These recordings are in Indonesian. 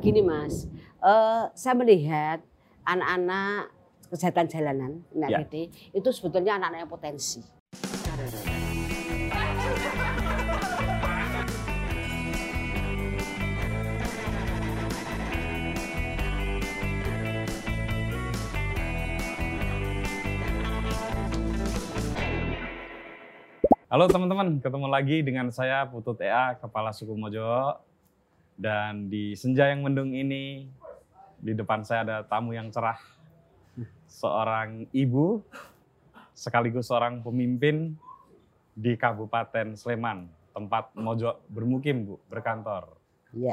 Gini Mas, saya melihat anak-anak kejahatan jalanan, itu sebetulnya anak-anak yang potensi. Halo teman-teman, ketemu lagi dengan saya Putut EA, Kepala Suku Mojo. Dan di senja yang mendung ini, di depan saya ada tamu yang cerah. Seorang ibu, sekaligus seorang pemimpin di Kabupaten Sleman, tempat Mojo bermukim, Bu, berkantor. Iya.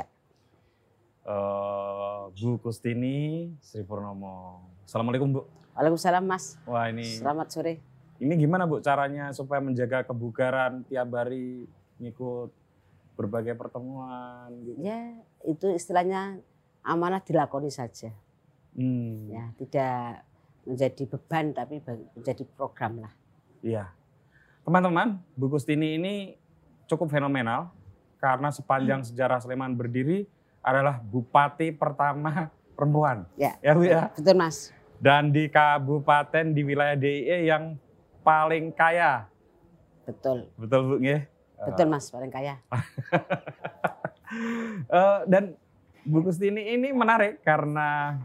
Bu Kustini Sri Purnomo. Assalamualaikum, Bu. Waalaikumsalam, Mas. Wah, ini Selamat sore. Ini gimana, Bu, caranya supaya menjaga kebugaran tiap hari ngikut berbagai pertemuan gitu? Ya, itu istilahnya amanah dilakoni saja. Ya, tidak menjadi beban tapi menjadi program lah. Iya. Teman-teman, Bu Kustini ini cukup fenomenal karena sepanjang sejarah Sleman berdiri adalah bupati pertama perempuan. Ya, Bu ya. betul, Mas. Dan di kabupaten di wilayah DIY yang paling kaya. Betul. Betul, Bu, nggih? Betul, Mas, paling kaya. Dan Bu Kustini ini menarik karena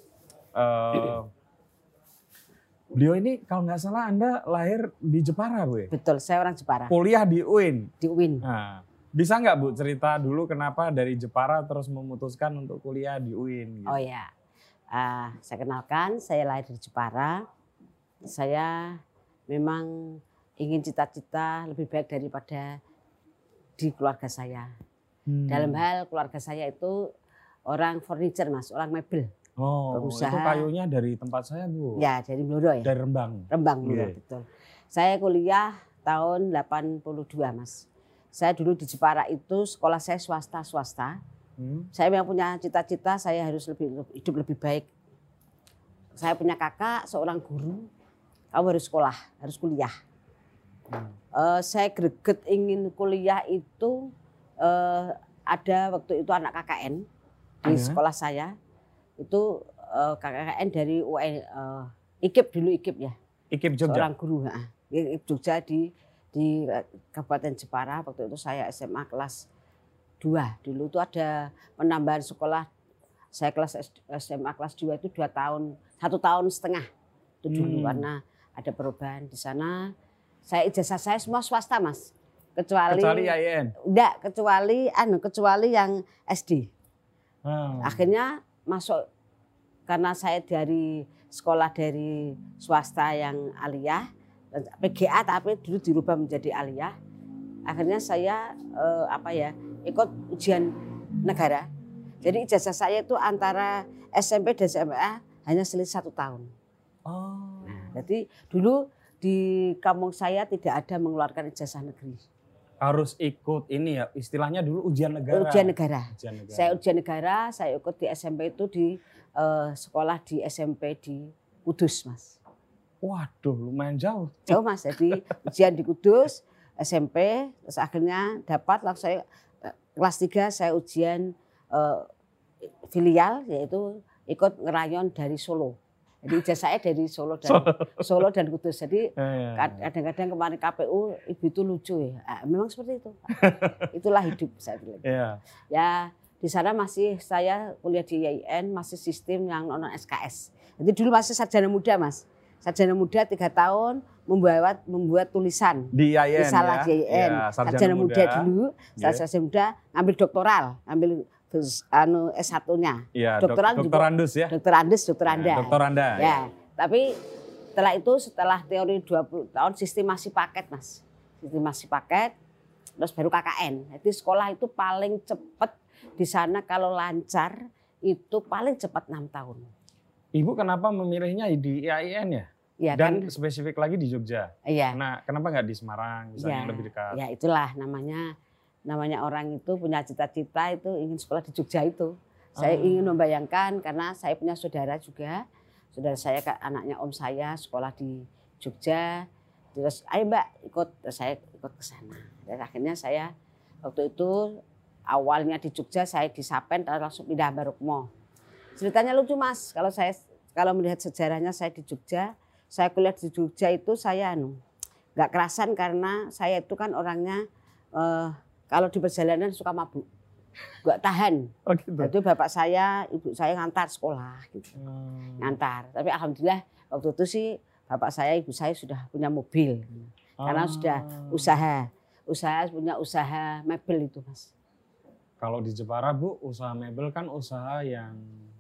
beliau ini kalau nggak salah Anda lahir di Jepara, Bu ya? Betul, saya orang Jepara. Kuliah di UIN. Di UIN. Nah, bisa nggak, Bu, cerita dulu kenapa dari Jepara terus memutuskan untuk kuliah di UIN? Gitu? Oh ya, saya kenalkan, saya lahir di Jepara. Saya memang ingin cita-cita lebih baik daripada di keluarga saya. Dalam hal keluarga saya itu orang furniture, Mas, orang mebel. Oh, berusaha. Itu kayunya dari tempat saya, Bu. Ya, dari Blora ya. Dari Rembang. Rembang, Blora, betul. Saya kuliah tahun 82, Mas. Saya dulu di Jepara itu sekolah saya swasta. Saya memang punya cita-cita saya harus hidup lebih baik. Saya punya kakak seorang guru. Kamu harus sekolah, harus kuliah. Saya greget ingin kuliah itu ada waktu itu anak KKN di sekolah saya. Itu KKN dari UN, IKIP dulu IKIP ya. IKIP Jogja. Seorang guru, IKIP Jogja di Kabupaten Jepara. Waktu itu saya SMA kelas 2. Dulu itu ada penambahan sekolah. Saya kelas SMA kelas 2 itu 2 tahun, 1,5 tahun itu dulu karena ada perubahan di sana. Saya ijazah saya semua swasta, Mas. Kecuali IAIN. Enggak, kecuali yang SD. Akhirnya masuk karena saya dari sekolah dari swasta yang aliyah, PGA tapi dulu dirubah menjadi aliyah. Akhirnya saya ikut ujian negara. Jadi ijazah saya itu antara SMP dan SMA hanya selisih 1 tahun. Jadi dulu di kampung saya tidak ada mengeluarkan ijazah negeri. Harus ikut ini ya, istilahnya dulu ujian negara. Ujian negara. Saya ujian negara, saya ikut di SMP itu di sekolah di SMP di Kudus, Mas. Waduh, lumayan jauh. Jauh, Mas. Jadi ujian di Kudus, SMP, terus akhirnya dapat langsung saya kelas 3 saya ujian filial, yaitu ikut ngerayon dari Solo. Jadi ijazah saya dari Solo dan Kudus. Jadi kadang-kadang kemarin KPU ibu itu lucu ya. Memang seperti itu. Itulah hidup saya bilang. Ya di sana masih saya kuliah di IAIN masih sistem yang non SKS. Jadi dulu masih sarjana muda, Mas. Sarjana muda 3 tahun membuat tulisan. Di IAIN ya. Di IAIN. Ya, sarjana muda dulu. Sarjana muda ngambil doktoral, ngambil S1-nya. Ya, Dokter Andus ya. Dokter Anda. Dokter Anda. Ya. Tapi setelah teori 20 tahun sistem masih paket, Mas. Sistem masih paket. Terus baru KKN. Jadi sekolah itu paling cepat di sana kalau lancar itu paling cepat 6 tahun. Ibu kenapa memilihnya di IAIN ya? Ya dan spesifik lagi di Jogja. Iya. Nah, kenapa nggak di Semarang misalnya lebih dekat? Ya itulah namanya orang itu punya cita-cita itu ingin sekolah di Jogja itu. Saya ingin membayangkan karena saya punya saudara juga. Saudara saya anaknya om saya sekolah di Jogja. Terus ayo Mbak ikut, saya ikut ke sana. Dan akhirnya saya waktu itu awalnya di Jogja, saya di Sapen, langsung pindah Barukmo. Ceritanya lucu Mas, kalau melihat sejarahnya saya di Jogja, saya kuliah di Jogja itu saya nggak kerasan karena saya itu kan orangnya kalau di perjalanan suka mabuk, nggak tahan. Oh gitu. Jadi bapak saya, ibu saya ngantar sekolah gitu, ngantar. Tapi alhamdulillah waktu itu sih bapak saya, ibu saya sudah punya mobil, karena sudah punya usaha mebel itu Mas. Kalau di Jepara Bu, usaha mebel kan usaha yang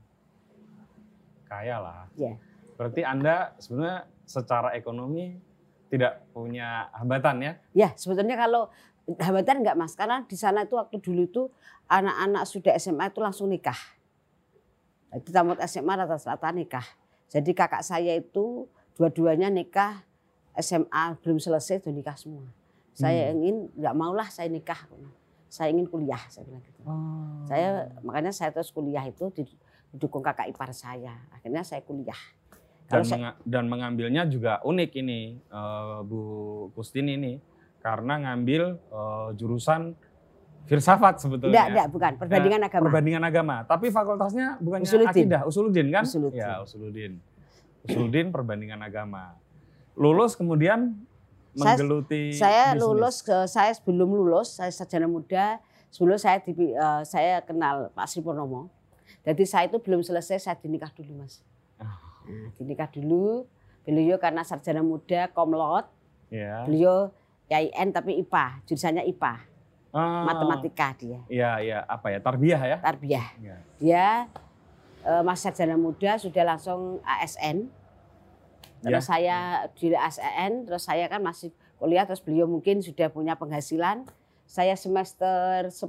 kaya lah. Ya. Berarti Anda sebenarnya secara ekonomi tidak punya hambatan ya? Ya sebetulnya kalau hambatan enggak Mas, karena di sana itu waktu dulu itu anak-anak sudah SMA itu langsung nikah. Jadi tamat SMA rata-rata nikah. Jadi kakak saya itu dua-duanya nikah, SMA belum selesai sudah nikah semua. Saya ingin nggak maulah saya nikah, saya ingin kuliah saya bilang gitu. Makanya saya terus kuliah itu didukung kakak ipar saya. Akhirnya saya kuliah. Dan mengambilnya juga unik ini Bu Kustini ini karena ngambil jurusan filsafat sebetulnya. Enggak, bukan. Perbandingan agama. Perbandingan agama. Tapi fakultasnya bukannya akidah, Usuluddin kan? Usuluddin. Ya, Usuluddin perbandingan agama. Lulus kemudian menggeluti saya bisnis. Lulus, saya sebelum lulus, saya sarjana muda, sebelum saya kenal Pak Sri Purnomo. Jadi saya itu belum selesai, saya dinikah dulu Mas. Dinikah dulu, beliau karena sarjana muda, komlot, beliau IAIN tapi IPA, jurusannya IPA. Matematika dia. Iya, apa ya? Tarbiyah ya? Tarbiyah. Ya. Dia Mas sarjana muda sudah langsung ASN. Terus saya di ASN, terus saya kan masih kuliah, terus beliau mungkin sudah punya penghasilan. Saya semester 10,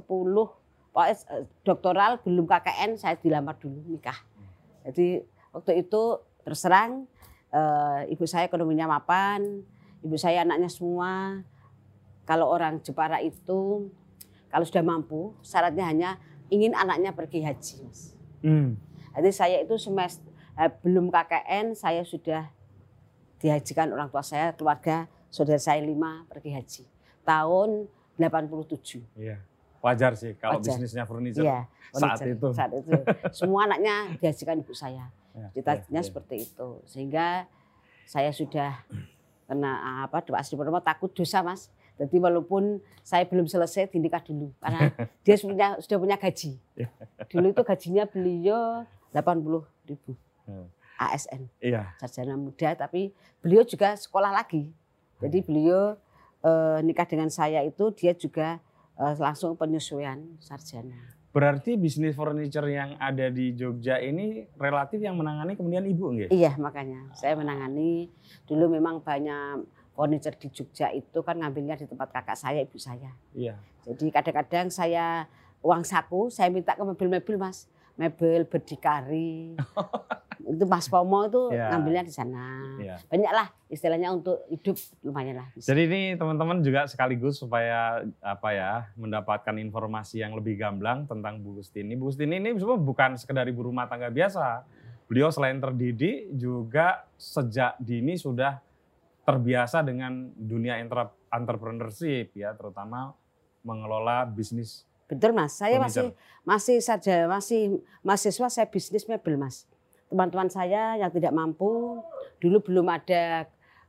doktoral belum KKN, saya dilamar dulu nikah. Jadi waktu itu terus terang ibu saya ekonominya mapan, ibu saya anaknya semua. Kalau orang Jepara itu kalau sudah mampu, syaratnya hanya ingin anaknya pergi haji, Mas. Jadi saya itu semester belum KKN, saya sudah dihajikan orang tua saya, keluarga saudara saya 5 pergi haji. Tahun 87. Iya. Wajar sih kalau bisnisnya furniture. Iya, saat itu. Semua anaknya dihajikan ibu saya. Cita-citanya seperti itu. Sehingga saya sudah kena Pak Sri Purnomo takut dosa Mas. Jadi walaupun saya belum selesai dinikah dulu karena dia sudah punya gaji. Dulu itu gajinya beliau 80.000 ASN. Iya. Sarjana muda tapi beliau juga sekolah lagi. Jadi beliau nikah dengan saya itu dia juga langsung penyesuaian sarjana. Berarti bisnis furniture yang ada di Jogja ini relatif yang menangani kemudian ibu nggih? Iya makanya saya menangani. Dulu memang banyak furniture di Jogja itu kan ngambilnya di tempat kakak saya, ibu saya. Iya. Jadi kadang-kadang saya uang saku saya minta ke mebel-mebel Mas. Mebel berdikari. Itu Mas Pomo itu ngambilnya di sana. Banyak lah istilahnya untuk hidup lumayan lah. Jadi ini teman-teman juga sekaligus supaya mendapatkan informasi yang lebih gamblang tentang Bu Kustini. Bu Kustini ini sebenarnya bukan sekedar ibu rumah tangga biasa. Beliau selain terdidik juga sejak dini sudah terbiasa dengan dunia entrepreneurship ya, terutama mengelola bisnis. Betul Mas, saya masih mahasiswa, saya bisnis mebel Mas. Teman-teman saya yang tidak mampu, dulu belum ada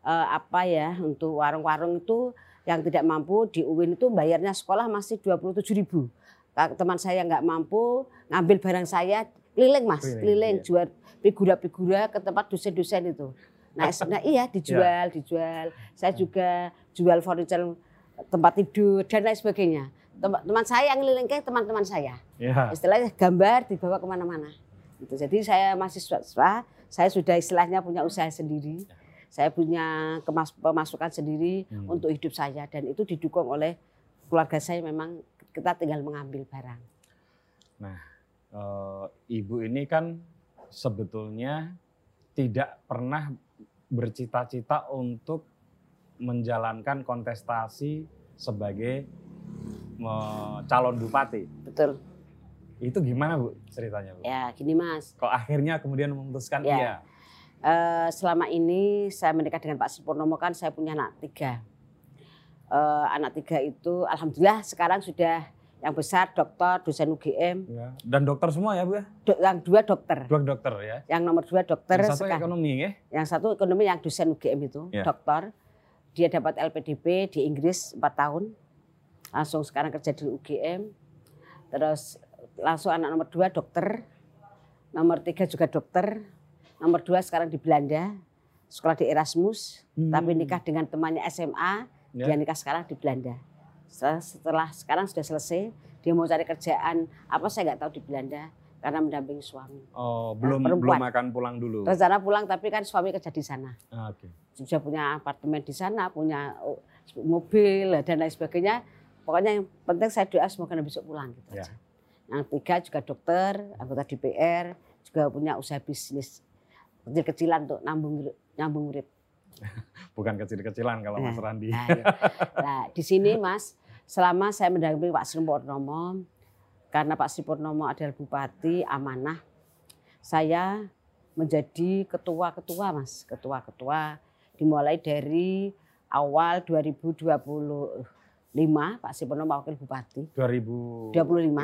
untuk warung-warung itu yang tidak mampu di UIN itu bayarnya sekolah masih 27.000. Teman saya nggak mampu ngambil barang saya keliling Mas, keliling jual figura-figura ke tempat dosen-dosen itu. Nah iya dijual. Saya juga jual furniture tempat tidur dan lain sebagainya. Teman saya yang ngeliling ke teman-teman saya. Istilahnya gambar dibawa kemana-mana. Gitu. Jadi saya mahasiswa, saya sudah istilahnya punya usaha sendiri. Saya punya pemasukan sendiri untuk hidup saya. Dan itu didukung oleh keluarga saya, memang kita tinggal mengambil barang. Nah, Ibu ini kan sebetulnya tidak pernah bercita-cita untuk menjalankan kontestasi sebagai calon bupati. Betul. Itu gimana Bu ceritanya Bu? Ya gini Mas. Kok akhirnya kemudian memutuskan iya? Selama ini saya menikah dengan Pak Sri Purnomo kan saya punya anak 3. Anak 3 itu alhamdulillah sekarang sudah Yang besar dokter, dosen UGM. Ya. Dan dokter semua ya Bu ya? Yang 2 dokter. 2 dokter ya? Yang nomor 2 dokter. Yang 1 ekonomi ya? Yang 1 ekonomi yang dosen UGM itu, dokter. Dia dapat LPDP di Inggris 4 tahun. Langsung sekarang kerja di UGM. Terus langsung anak nomor 2 dokter. Nomor 3 juga dokter. Nomor 2 sekarang di Belanda. Sekolah di Erasmus. Tapi nikah dengan temannya SMA. Dia nikah sekarang di Belanda. Setelah sekarang sudah selesai, dia mau cari kerjaan apa saya nggak tahu di Belanda karena mendampingi suami. Oh, belum akan pulang dulu. Rencana pulang tapi kan suami kerja di sana. Oke. Sudah punya apartemen di sana, punya mobil dan lain sebagainya. Pokoknya yang penting saya doa semoga besok pulang gitu aja. Yang 3 juga dokter, anggota DPR, juga punya usaha bisnis kecil-kecilan untuk nyambung urip. Bukan kecil-kecilan kalau Mas Randi. Nah, di sini Mas, selama saya mendampingi Pak Sri Purnomo, karena Pak Sri Purnomo adalah bupati amanah, saya menjadi ketua-ketua Mas, ketua-ketua dimulai dari awal 2025 Pak Sri Purnomo wakil bupati. 2025.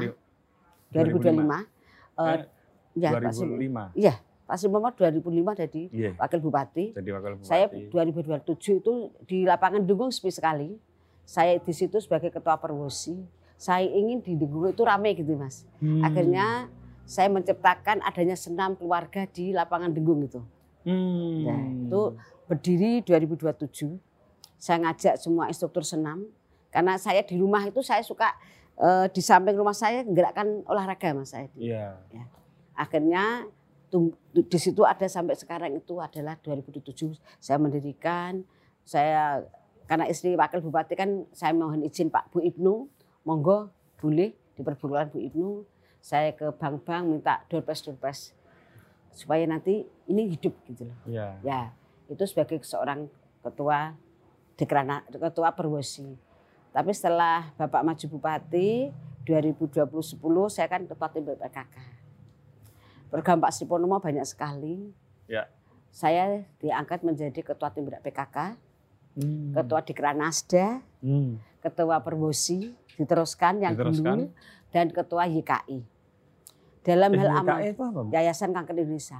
Ya, 2005. Iya. Pak Sri Purnomo 2005 jadi wakil bupati. Jadi wakil bupati. Saya 2027 itu di lapangan Dunggung sepi sekali. Saya di situ sebagai ketua Perwosi. Saya ingin di Dunggung itu ramai gitu Mas. Akhirnya saya menciptakan adanya senam keluarga di lapangan Dunggung itu. Nah, itu berdiri 2027. Saya ngajak semua instruktur senam. Karena saya di rumah itu saya suka di samping rumah saya menggerakkan olahraga Mas saya. Iya. Ya. Akhirnya di situ ada sampai sekarang itu adalah 2007 saya mendirikan. Saya karena istri wakil bupati kan saya mohon izin Pak Bu Ibnu, monggo boleh diperbolehkan Bu Ibnu. Saya ke bank-bank minta doorpress supaya nanti ini hidup gitu loh. Ya. Ya, itu sebagai seorang ketua ketua Perwosi. Tapi setelah Bapak maju bupati 2010 saya kan ketua tim PKK. Program Pak Sri Purnomo banyak sekali. Ya. Saya diangkat menjadi ketua tim PKK, ketua Dikranasda, ketua Perwosi, diteruskan yang dulu, dan ketua YKI. Dalam hal amal, Yayasan Kanker Indonesia.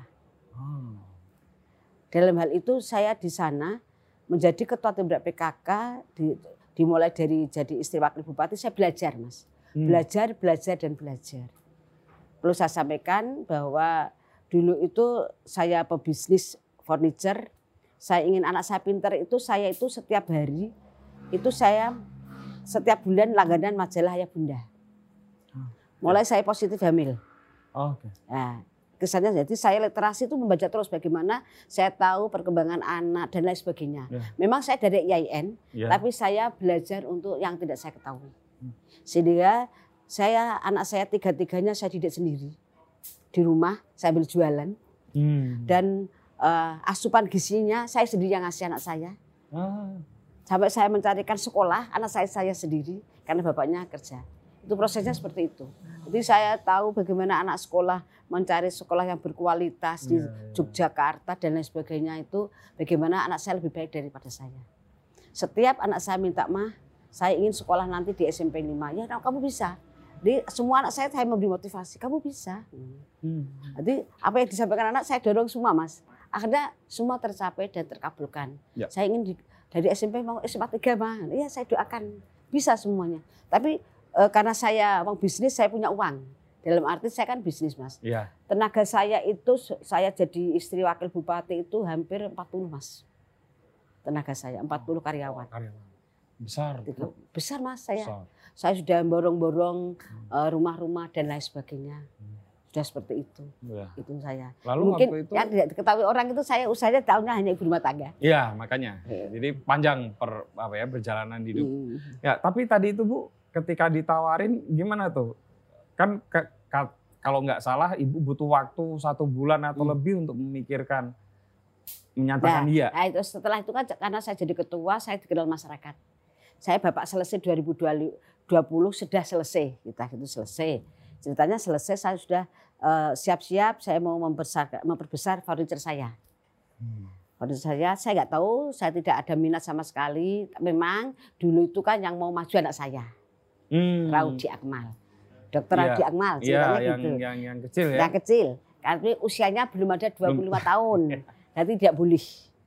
Dalam hal itu saya di sana menjadi ketua tim PKK, dimulai dari jadi istri wakil bupati, saya belajar Mas. Belajar. Perlu saya sampaikan bahwa dulu itu saya pebisnis furniture. Saya ingin anak saya pintar itu saya itu setiap hari itu saya setiap bulan langganan majalah Ya Bunda. Mulai saya positif hamil. Nah, kesannya jadi saya literasi itu membaca terus bagaimana saya tahu perkembangan anak dan lain sebagainya. Memang saya dari IAIN, tapi saya belajar untuk yang tidak saya ketahui. Sehingga anak saya 3-3-nya saya didik sendiri di rumah sambil jualan dan asupan gizinya saya sendiri yang ngasih anak saya. Sampai saya mencarikan sekolah anak saya sendiri karena bapaknya kerja. Itu prosesnya seperti itu. Jadi saya tahu bagaimana anak sekolah mencari sekolah yang berkualitas di Yogyakarta dan lain sebagainya itu bagaimana anak saya lebih baik daripada saya. Setiap anak saya minta saya ingin sekolah nanti di SMP 5. Ya kamu bisa. Jadi semua anak saya memberi motivasi, kamu bisa. Jadi apa yang disampaikan anak saya dorong semua Mas. Akhirnya semua tercapai dan terkabulkan. Saya ingin dari SMP mau SMA 3 ya saya doakan bisa semuanya. Tapi karena saya orang bisnis saya punya uang. Dalam arti saya kan bisnis Mas. Tenaga saya itu saya jadi istri wakil bupati itu hampir 40 Mas. Tenaga saya 40 karyawan. Besar. Besar Mas saya. Saya sudah borong-borong rumah-rumah dan lain sebagainya. Sudah seperti itu. Itu saya. Lalu mungkin waktu itu yang tidak diketahui orang itu saya usahanya tahunya hanya ibu rumah tangga. Iya, makanya. Jadi panjang perjalanan hidup. Ya, tapi tadi itu Bu, ketika ditawarin gimana tuh? Kan kalau nggak salah Ibu butuh waktu 1 bulan atau lebih untuk memikirkan menyatakan iya. Nah, itu setelah itu kan karena saya jadi ketua, saya dikenal masyarakat. Saya Bapak selesai 2020 sudah selesai, kita itu selesai. Ceritanya selesai, saya sudah siap-siap, saya mau memperbesar furniture saya. Furniture saya nggak tahu, saya tidak ada minat sama sekali. Memang dulu itu kan yang mau maju anak saya. Raudi Akmal. Dokter Raudi Akmal ceritanya gitu. Yang kecil ya. Yang kecil. Karena usianya belum ada 25 tahun. Jadi tidak boleh.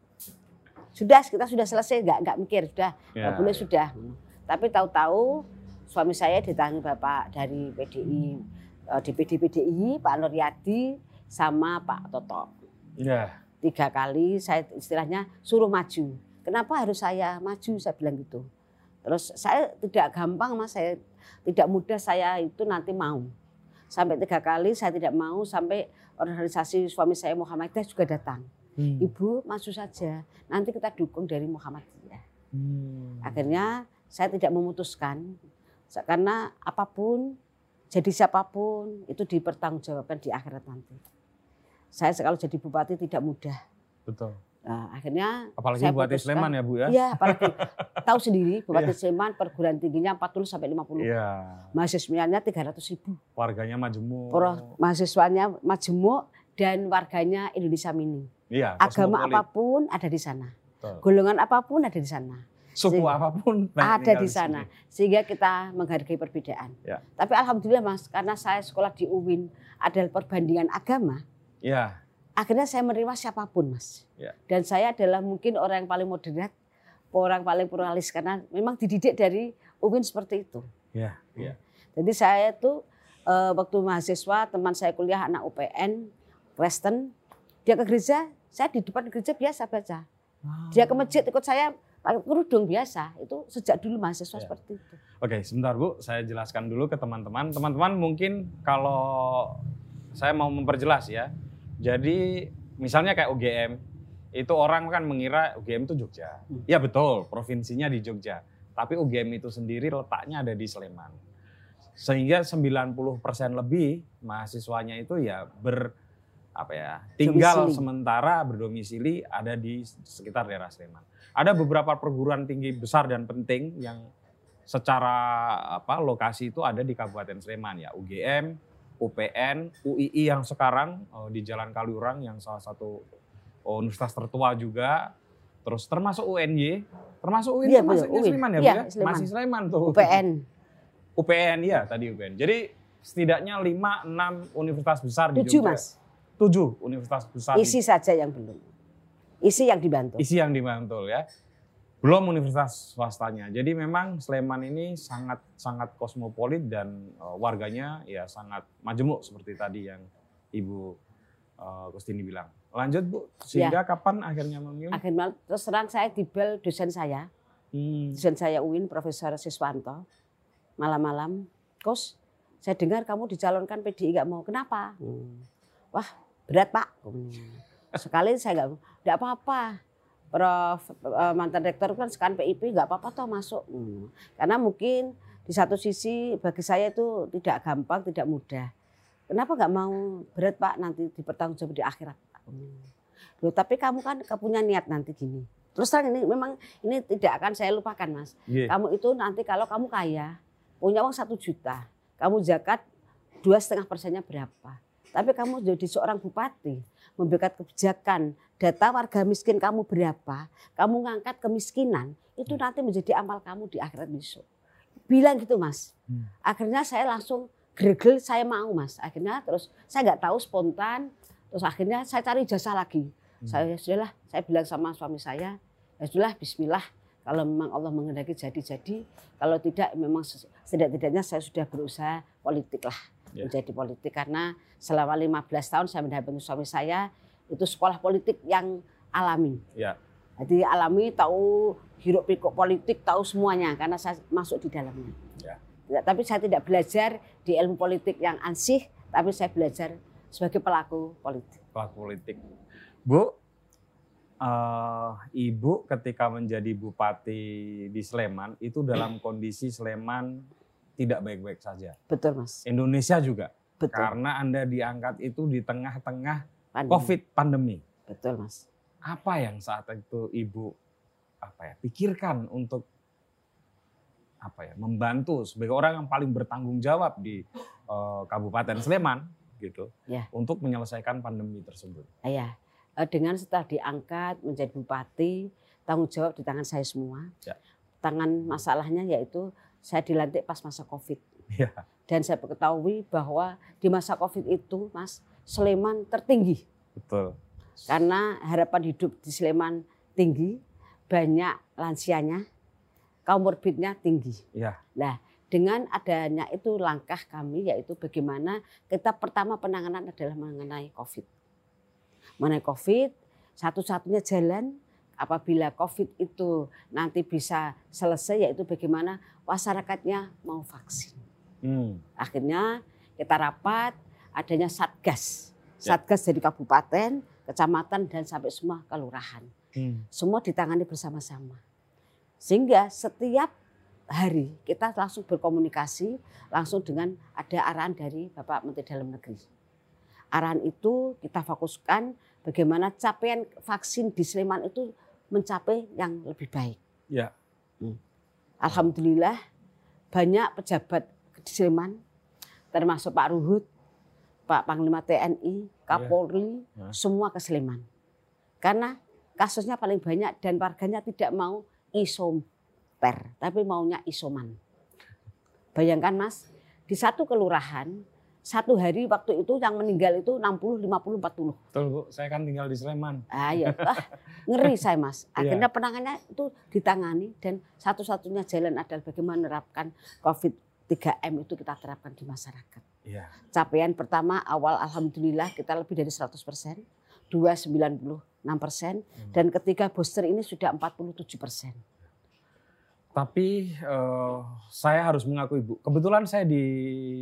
Kita sudah selesai, nggak mikir, nggak boleh sudah. Tapi tahu-tahu suami saya ditangi Bapak dari PDI, DPD PDI, Pak Nuryadi, sama Pak Toto. 3 kali saya istilahnya suruh maju. Kenapa harus saya maju, saya bilang gitu. Terus saya tidak gampang Mas, saya tidak mudah saya itu nanti mau. Sampai 3 kali saya tidak mau, sampai organisasi suami saya Muhammadiyah juga datang. Ibu maju saja, nanti kita dukung dari Muhammadiyah. Akhirnya saya tidak memutuskan, karena apapun, jadi siapapun itu dipertanggungjawabkan di akhirat nanti. Saya kalau jadi bupati tidak mudah. Betul. Nah, akhirnya apalagi Bupati Sleman ya Bu ya? Iya, apalagi tahu sendiri Bupati Sleman perguruan tingginya 40 sampai 50. Mahasiswanya 300.000. Warganya majemuk. Mahasiswanya majemuk dan warganya Indonesia Mini. Agama apapun ada di sana. Betul. Golongan apapun ada di sana. Suku apapun ada di sana. Sehingga kita menghargai perbedaan. Tapi alhamdulillah Mas, karena saya sekolah di UIN adalah perbandingan agama. Akhirnya saya menerima siapapun Mas. Dan saya adalah mungkin orang yang paling moderat, orang paling pluralis karena memang dididik dari UIN seperti itu. Jadi saya tuh waktu mahasiswa, teman saya kuliah anak UPN, Kristen, dia ke gereja, saya di depan gereja biasa baca. Dia ke masjid ikut saya pakai kerudung biasa. Itu sejak dulu mahasiswa seperti itu. Oke, sebentar Bu, saya jelaskan dulu ke teman-teman. Teman-teman mungkin kalau saya mau memperjelas ya. Jadi misalnya kayak UGM, itu orang kan mengira UGM itu Jogja. Ya betul, provinsinya di Jogja. Tapi UGM itu sendiri letaknya ada di Sleman. Sehingga 90% lebih mahasiswanya itu ya tinggal sementara berdomisili ada di sekitar daerah Sleman. Ada beberapa perguruan tinggi besar dan penting yang secara lokasi itu ada di Kabupaten Sleman ya. UGM, UPN, UII yang sekarang di Jalan Kaliurang yang salah satu universitas tertua juga. Terus termasuk UNY, termasuk UIN masuknya Sleman ya Bu ya? Sleman. Masih Sleman tuh. UPN ya tadi UPN. Jadi setidaknya 5-6 universitas besar di Jogja. 7 Mas. 7 universitas besar. Isi saja yang belum. Isi yang dibantu. Isi yang dibantu ya. Belum universitas swastanya. Jadi memang Sleman ini sangat kosmopolit dan warganya ya sangat majemuk seperti tadi yang Ibu Kustini bilang. Lanjut Bu, sehingga kapan akhirnya memilih? Akhirnya terus terang saya dibel dosen saya. Dosen saya UIN, Profesor Siswanto. Malam-malam, Kus, saya dengar kamu dicalonkan PDI nggak mau. Kenapa? Wah, berat Pak. Sekali saya nggak apa-apa. Prof mantan rektor kan sekarang PIP nggak apa-apa toh masuk. Karena mungkin di satu sisi bagi saya itu tidak gampang, tidak mudah. Kenapa nggak mau berat Pak nanti dipertanggungjawab di akhirat? Loh, tapi kamu kan punya niat nanti gini. Terus terang ini memang ini tidak akan saya lupakan Mas. Kamu itu nanti kalau kamu kaya, punya uang 1 juta, kamu zakat 2,5%-nya berapa? Tapi kamu jadi seorang bupati, membuat kebijakan, data warga miskin kamu berapa, kamu ngangkat kemiskinan, itu nanti menjadi amal kamu di akhirat besok. Bilang gitu Mas. Akhirnya saya langsung gregel, saya mau Mas. Akhirnya terus saya nggak tahu spontan, terus akhirnya saya cari jasa lagi. Saya sudahlah, saya bilang sama suami saya, ya sudahlah bismillah. Kalau memang Allah menghendaki jadi-jadi, kalau tidak memang setidak-tidaknya saya sudah berusaha politik lah. Menjadi politik karena selama 15 tahun saya mendampingi suami saya itu sekolah politik yang alami. Jadi alami, tahu hiruk pikuk politik, tahu semuanya karena saya masuk di dalamnya. Tapi saya tidak belajar di ilmu politik yang ansih, tapi saya belajar sebagai pelaku politik. Pelaku politik. Bu, Ibu ketika menjadi bupati di Sleman itu dalam kondisi Sleman tidak baik-baik saja. Betul Mas. Indonesia juga. Betul. Karena Anda diangkat itu di tengah-tengah COVID pandemi. Betul Mas. Apa yang saat itu Ibu pikirkan untuk membantu sebagai orang yang paling bertanggung jawab di Kabupaten Sleman gitu untuk menyelesaikan pandemi tersebut? Dengan setelah diangkat menjadi bupati, tanggung jawab di tangan saya semua. Tangan masalahnya yaitu saya dilantik pas masa Covid. Ya. Dan saya ketahui bahwa di masa Covid itu, Mas, Sleman tertinggi. Betul. Karena harapan hidup di Sleman tinggi, banyak lansianya, komorbidnya tinggi. Ya. Nah, dengan adanya itu langkah kami yaitu bagaimana kita pertama penanganan adalah mengenai Covid. Mengenai Covid, satu-satunya jalan apabila Covid itu nanti bisa selesai yaitu bagaimana masyarakatnya mau vaksin. Akhirnya kita rapat, adanya Satgas. Satgas dari kabupaten, kecamatan dan sampai semua kelurahan. Semua ditangani bersama-sama. Sehingga setiap hari kita langsung berkomunikasi langsung dengan ada arahan dari Bapak Menteri Dalam Negeri. Arahan itu kita fokuskan bagaimana capaian vaksin di Sleman itu mencapai yang lebih baik. Ya. Alhamdulillah banyak pejabat di Sleman termasuk Pak Ruhut, Pak Panglima TNI, Kapolri, semua ke Sleman. Karena kasusnya paling banyak dan warganya tidak mau isoter, tapi maunya isoman. Bayangkan Mas, di satu kelurahan, satu hari waktu itu yang meninggal itu 60, 50, 40. Betul Bu, saya kan tinggal di Sleman. Iya, ngeri saya Mas. Akhirnya penanganannya itu ditangani dan satu-satunya jalan adalah bagaimana menerapkan COVID 3M itu kita terapkan di masyarakat. Ya. Capaian pertama awal alhamdulillah kita lebih dari 100%, 96%, dan ketiga booster ini sudah 47%. Tapi saya harus mengakui Bu, kebetulan saya di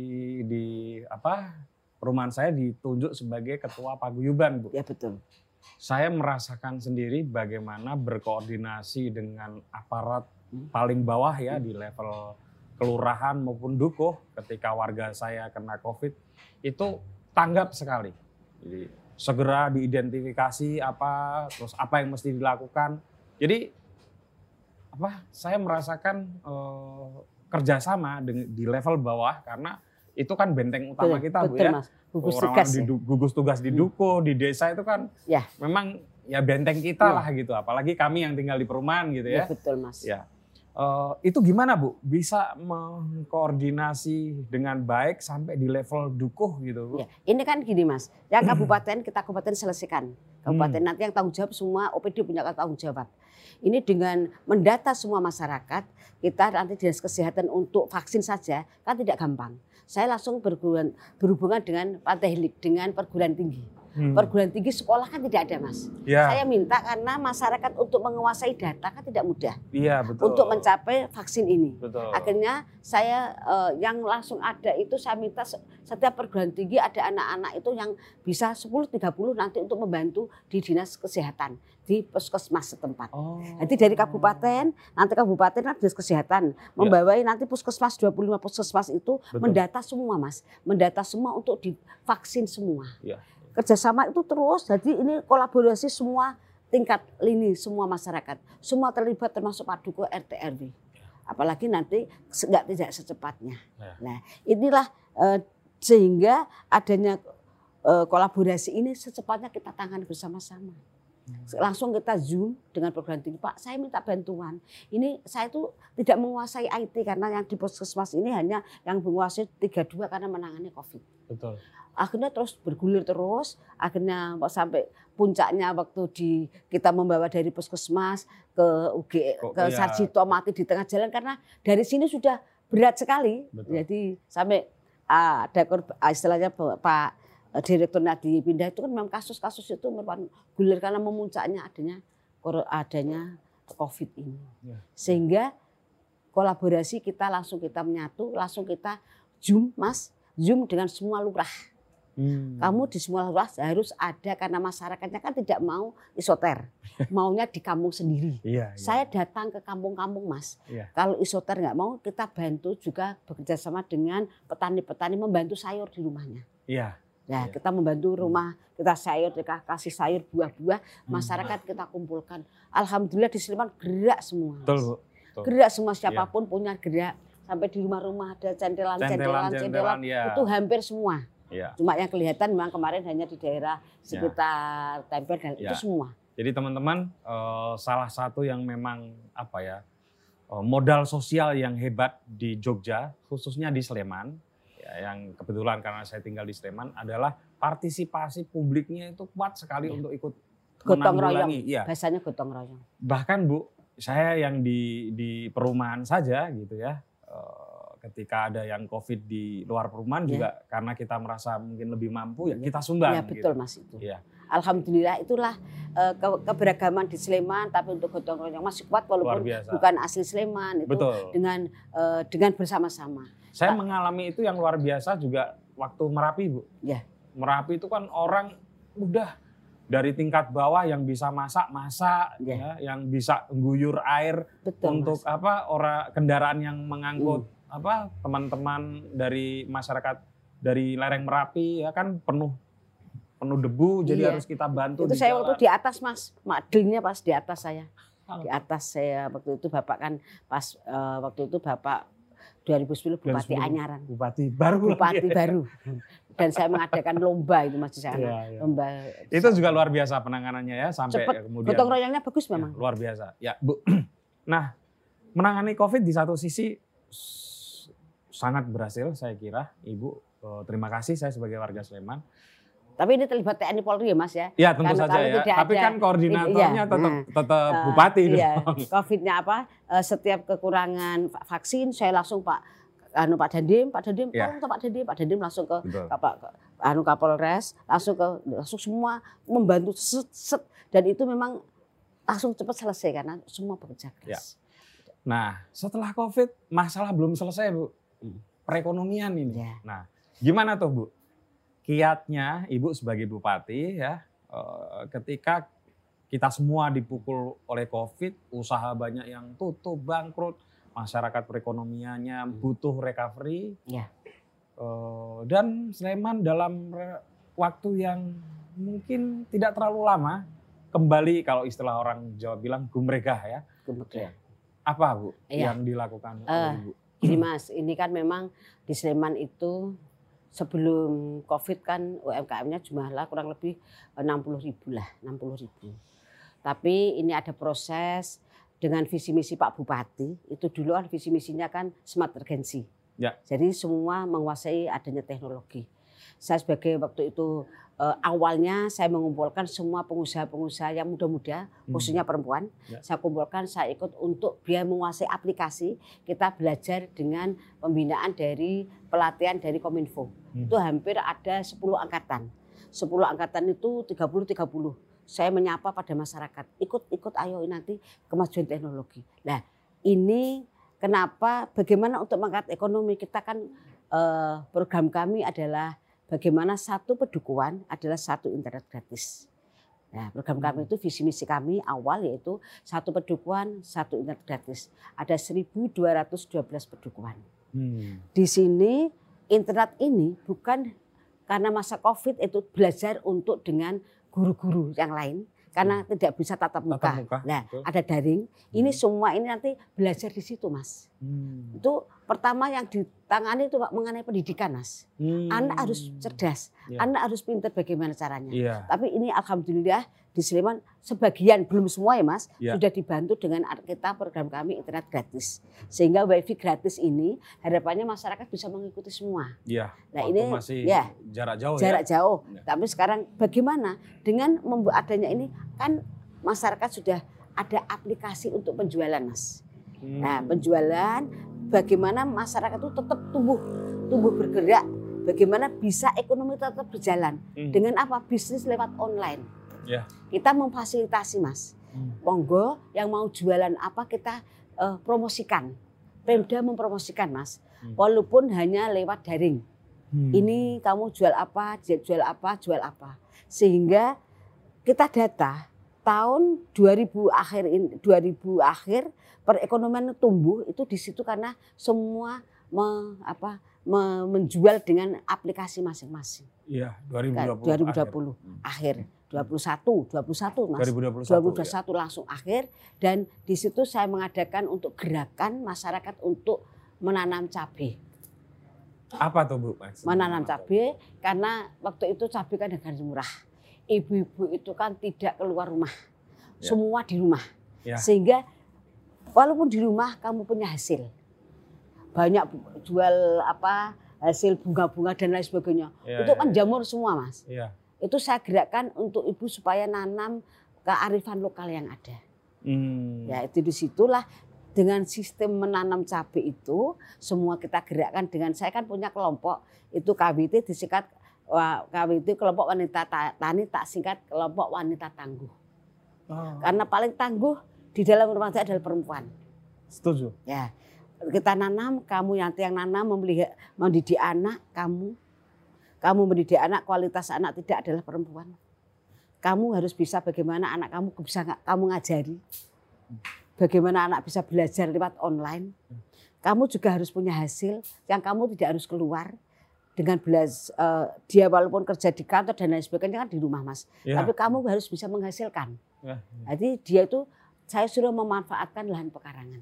perumahan saya ditunjuk sebagai ketua paguyuban Bu. Ya betul. Saya merasakan sendiri bagaimana berkoordinasi dengan aparat paling bawah ya di level kelurahan maupun dukuh ketika warga saya kena COVID itu tanggap sekali. Jadi segera diidentifikasi terus apa yang mesti dilakukan. Jadi saya merasakan kerjasama di level bawah karena itu kan benteng utama kita Bu ya. Mas. Gugus tugas di dukuh, di desa itu kan memang ya benteng kita lah gitu. Apalagi kami yang tinggal di perumahan gitu ya. Betul Mas. Ya. Itu gimana Bu? Bisa mengkoordinasi dengan baik sampai di level dukuh gitu Bu? Ya, ini kan gini Mas, yang kabupaten kita kabupaten selesaikan. Kabupaten nanti yang tanggung jawab semua OPD punya tanggung jawab. Ini dengan mendata semua masyarakat, kita nanti dinas kesehatan untuk vaksin saja kan tidak gampang. Saya langsung berhubungan dengan Panteklik, dengan perguruan tinggi. Perguruan tinggi sekolah kan tidak ada Mas. Ya. Saya minta karena masyarakat untuk menguasai data kan tidak mudah. Iya betul. Untuk mencapai vaksin ini. Betul. Akhirnya saya yang langsung ada itu saya minta setiap perguruan tinggi ada anak-anak itu yang bisa 10-30 nanti untuk membantu di dinas kesehatan di puskesmas setempat. Nanti dari kabupaten, nanti kabupaten kan dinas kesehatan membawai nanti puskesmas 25 puskesmas itu mendata semua Mas, mendata semua untuk divaksin semua. Ya. Kerjasama itu terus, jadi ini kolaborasi semua tingkat lini semua masyarakat, semua terlibat termasuk Pak Duko RT RW. Apalagi nanti tidak secepatnya. Nah inilah sehingga adanya kolaborasi ini secepatnya kita tangani bersama-sama. Langsung kita Zoom dengan perguruan tinggi, Pak saya minta bantuan. Ini saya itu tidak menguasai IT karena yang di puskesmas ini hanya yang menguasai 32 karena menangani COVID. Betul. Akhirnya terus bergulir terus, akhirnya sampai puncaknya waktu kita membawa dari puskesmas ke Sarjito mati di tengah jalan karena dari sini sudah berat sekali. Betul. Jadi sampai ada istilahnya Pak Direkturnya dipindah itu kan memang kasus-kasus itu merupakan gulir karena memuncaknya adanya COVID ini. Sehingga kolaborasi kita menyatu, langsung kita Zoom Mas, Zoom dengan semua lurah. Kamu di semua lurah harus ada karena masyarakatnya kan tidak mau isoter, maunya di kampung sendiri. Saya datang ke kampung-kampung Mas. Kalau isoter nggak mau, kita bantu juga bekerja sama dengan petani-petani membantu sayur di rumahnya. Nah, kita membantu rumah, kita kasih sayur buah-buah, masyarakat kita kumpulkan. Alhamdulillah di Sleman gerak semua. Betul. Gerak semua siapapun punya gerak. Sampai di rumah-rumah ada cendelan itu hampir semua. Cuma yang kelihatan memang kemarin hanya di daerah sekitar Tempel dan itu semua. Jadi teman-teman salah satu yang memang modal sosial yang hebat di Jogja, khususnya di Sleman, ya, yang kebetulan karena saya tinggal di Sleman, adalah partisipasi publiknya itu kuat sekali untuk ikut gotong royong. Iya. Bahasanya gotong royong. Bahkan Bu, saya yang di perumahan saja gitu ya, ketika ada yang COVID di luar perumahan juga karena kita merasa mungkin lebih mampu ya kita sumbang. Iya betul gitu. Mas itu. Iya. Alhamdulillah itulah keberagaman di Sleman, tapi untuk gotong royong masih kuat walaupun bukan asli Sleman itu. Betul. Dengan bersama-sama. Saya mengalami itu yang luar biasa juga waktu Merapi Bu. Ya. Merapi itu kan orang udah dari tingkat bawah yang bisa masak, ya, yang bisa guyur air. Betul, untuk Mas. Kendaraan yang mengangkut teman-teman dari masyarakat dari lereng Merapi ya kan penuh debu, jadi harus kita bantu. Itu saya waktu di atas Mas, makdilnya pas di atas saya. Di atas saya waktu itu Bapak kan pas waktu itu Bapak 2010 Bupati Anyaran. Bupati baru. Dan saya mengadakan lomba itu Mas di sana. Ya. Lomba. Itu juga luar biasa penanganannya ya sampai kemudian. Gotong royongnya bagus memang. Ya, luar biasa. Ya, Bu. Nah, menangani Covid di satu sisi sangat berhasil saya kira, Ibu. Terima kasih saya sebagai warga Sleman. Tapi ini terlibat TNI Polri ya Mas ya? Iya tentu saja ya. Tapi kan koordinatornya tetap bupati dong. Covid-nya apa? Setiap kekurangan vaksin saya langsung Pak Dandim tolong Pak Dandim langsung ke Kapolres, langsung semua membantu set dan itu memang langsung cepat selesai karena semua bekerja keras. Ya. Nah setelah Covid masalah belum selesai Bu, perekonomian ini. Ya. Nah gimana tuh Bu? Kiatnya Ibu sebagai bupati ya, ketika kita semua dipukul oleh Covid, usaha banyak yang tutup, bangkrut, masyarakat perekonomiannya butuh recovery, dan Sleman dalam waktu yang mungkin tidak terlalu lama kembali kalau istilah orang Jawa bilang gumregah ya. Apa Bu yang dilakukan oleh Ibu? Gini Mas, ini kan memang di Sleman itu sebelum Covid kan UMKM-nya jumlahnya kurang lebih 60.000 lah, 60.000. Tapi ini ada proses dengan visi misi Pak Bupati, itu dulu kan visi misinya kan smart urgency. Ya. Jadi semua menguasai adanya teknologi. Saya sebagai waktu itu awalnya saya mengumpulkan semua pengusaha-pengusaha yang muda-muda, khususnya perempuan. Ya. Saya kumpulkan, saya ikut untuk biar menguasai aplikasi. Kita belajar dengan pembinaan dari pelatihan dari Kominfo. Itu hampir ada 10 angkatan. 10 angkatan itu 30-30. Saya menyapa pada masyarakat, ikut ayo nanti kemajuan teknologi. Nah ini kenapa, bagaimana untuk mengangkat ekonomi, kita kan program kami adalah bagaimana satu pedukuhan adalah satu internet gratis. Nah, program kami itu visi misi kami awal yaitu satu pedukuhan, satu internet gratis. Ada 1.212 pedukuhan. Di sini internet ini bukan karena masa Covid itu belajar untuk dengan guru-guru yang lain. Karena tidak bisa tatap muka. Nah, ada daring. Ini semua ini nanti belajar di situ, Mas. Itu pertama yang ditangani itu Pak mengenai pendidikan, Mas. Anak harus cerdas, anak harus pintar bagaimana caranya. Tapi ini alhamdulillah di Sleman sebagian, belum semua ya Mas, sudah dibantu dengan kita program kami internet gratis. Sehingga wifi gratis ini harapannya masyarakat bisa mengikuti semua. Nah ini masih jarak jauh jauh. Tapi sekarang bagaimana dengan membuat adanya ini kan masyarakat sudah ada aplikasi untuk penjualan Mas. Nah penjualan bagaimana masyarakat itu tetap tumbuh bergerak, bagaimana bisa ekonomi tetap berjalan dengan apa bisnis lewat online. Kita memfasilitasi Mas. Monggo yang mau jualan apa kita promosikan. Pemda mempromosikan Mas. Walaupun hanya lewat daring. Ini kamu jual apa. Sehingga kita data tahun 2000 akhir perekonomian tumbuh itu di situ karena semua menjual dengan aplikasi masing-masing. Iya, 2020 akhir. 21 Mas. 2021 langsung akhir dan di situ saya mengadakan untuk gerakan masyarakat untuk menanam cabai. Apa tuh Bu? Menanam cabai karena waktu itu cabai kan harga murah. Ibu-ibu itu kan tidak keluar rumah. Semua di rumah. Sehingga Walaupun di rumah kamu punya hasil, banyak jual hasil bunga-bunga dan lain sebagainya. Itu kan jamur semua, Mas. Itu saya gerakkan untuk ibu supaya nanam kearifan lokal yang ada. Ya itu disitulah dengan sistem menanam cabai itu semua kita gerakkan dengan saya kan punya kelompok itu KWT disingkat KWT kelompok wanita tani tak singkat kelompok wanita tangguh. Karena paling tangguh di dalam rumah tangga adalah perempuan. Setuju. Ya kita nanam, kamu yang nanam mendidik anak kamu mendidik anak, kualitas anak tidak adalah perempuan. Kamu harus bisa bagaimana anak kamu bisa kamu ngajari. Bagaimana anak bisa belajar lewat online. Kamu juga harus punya hasil yang kamu tidak harus keluar. Dengan dia walaupun kerja di kantor dan lain sebagainya kan di rumah, Mas. Tapi kamu harus bisa menghasilkan. Jadi dia itu saya suruh memanfaatkan lahan pekarangan.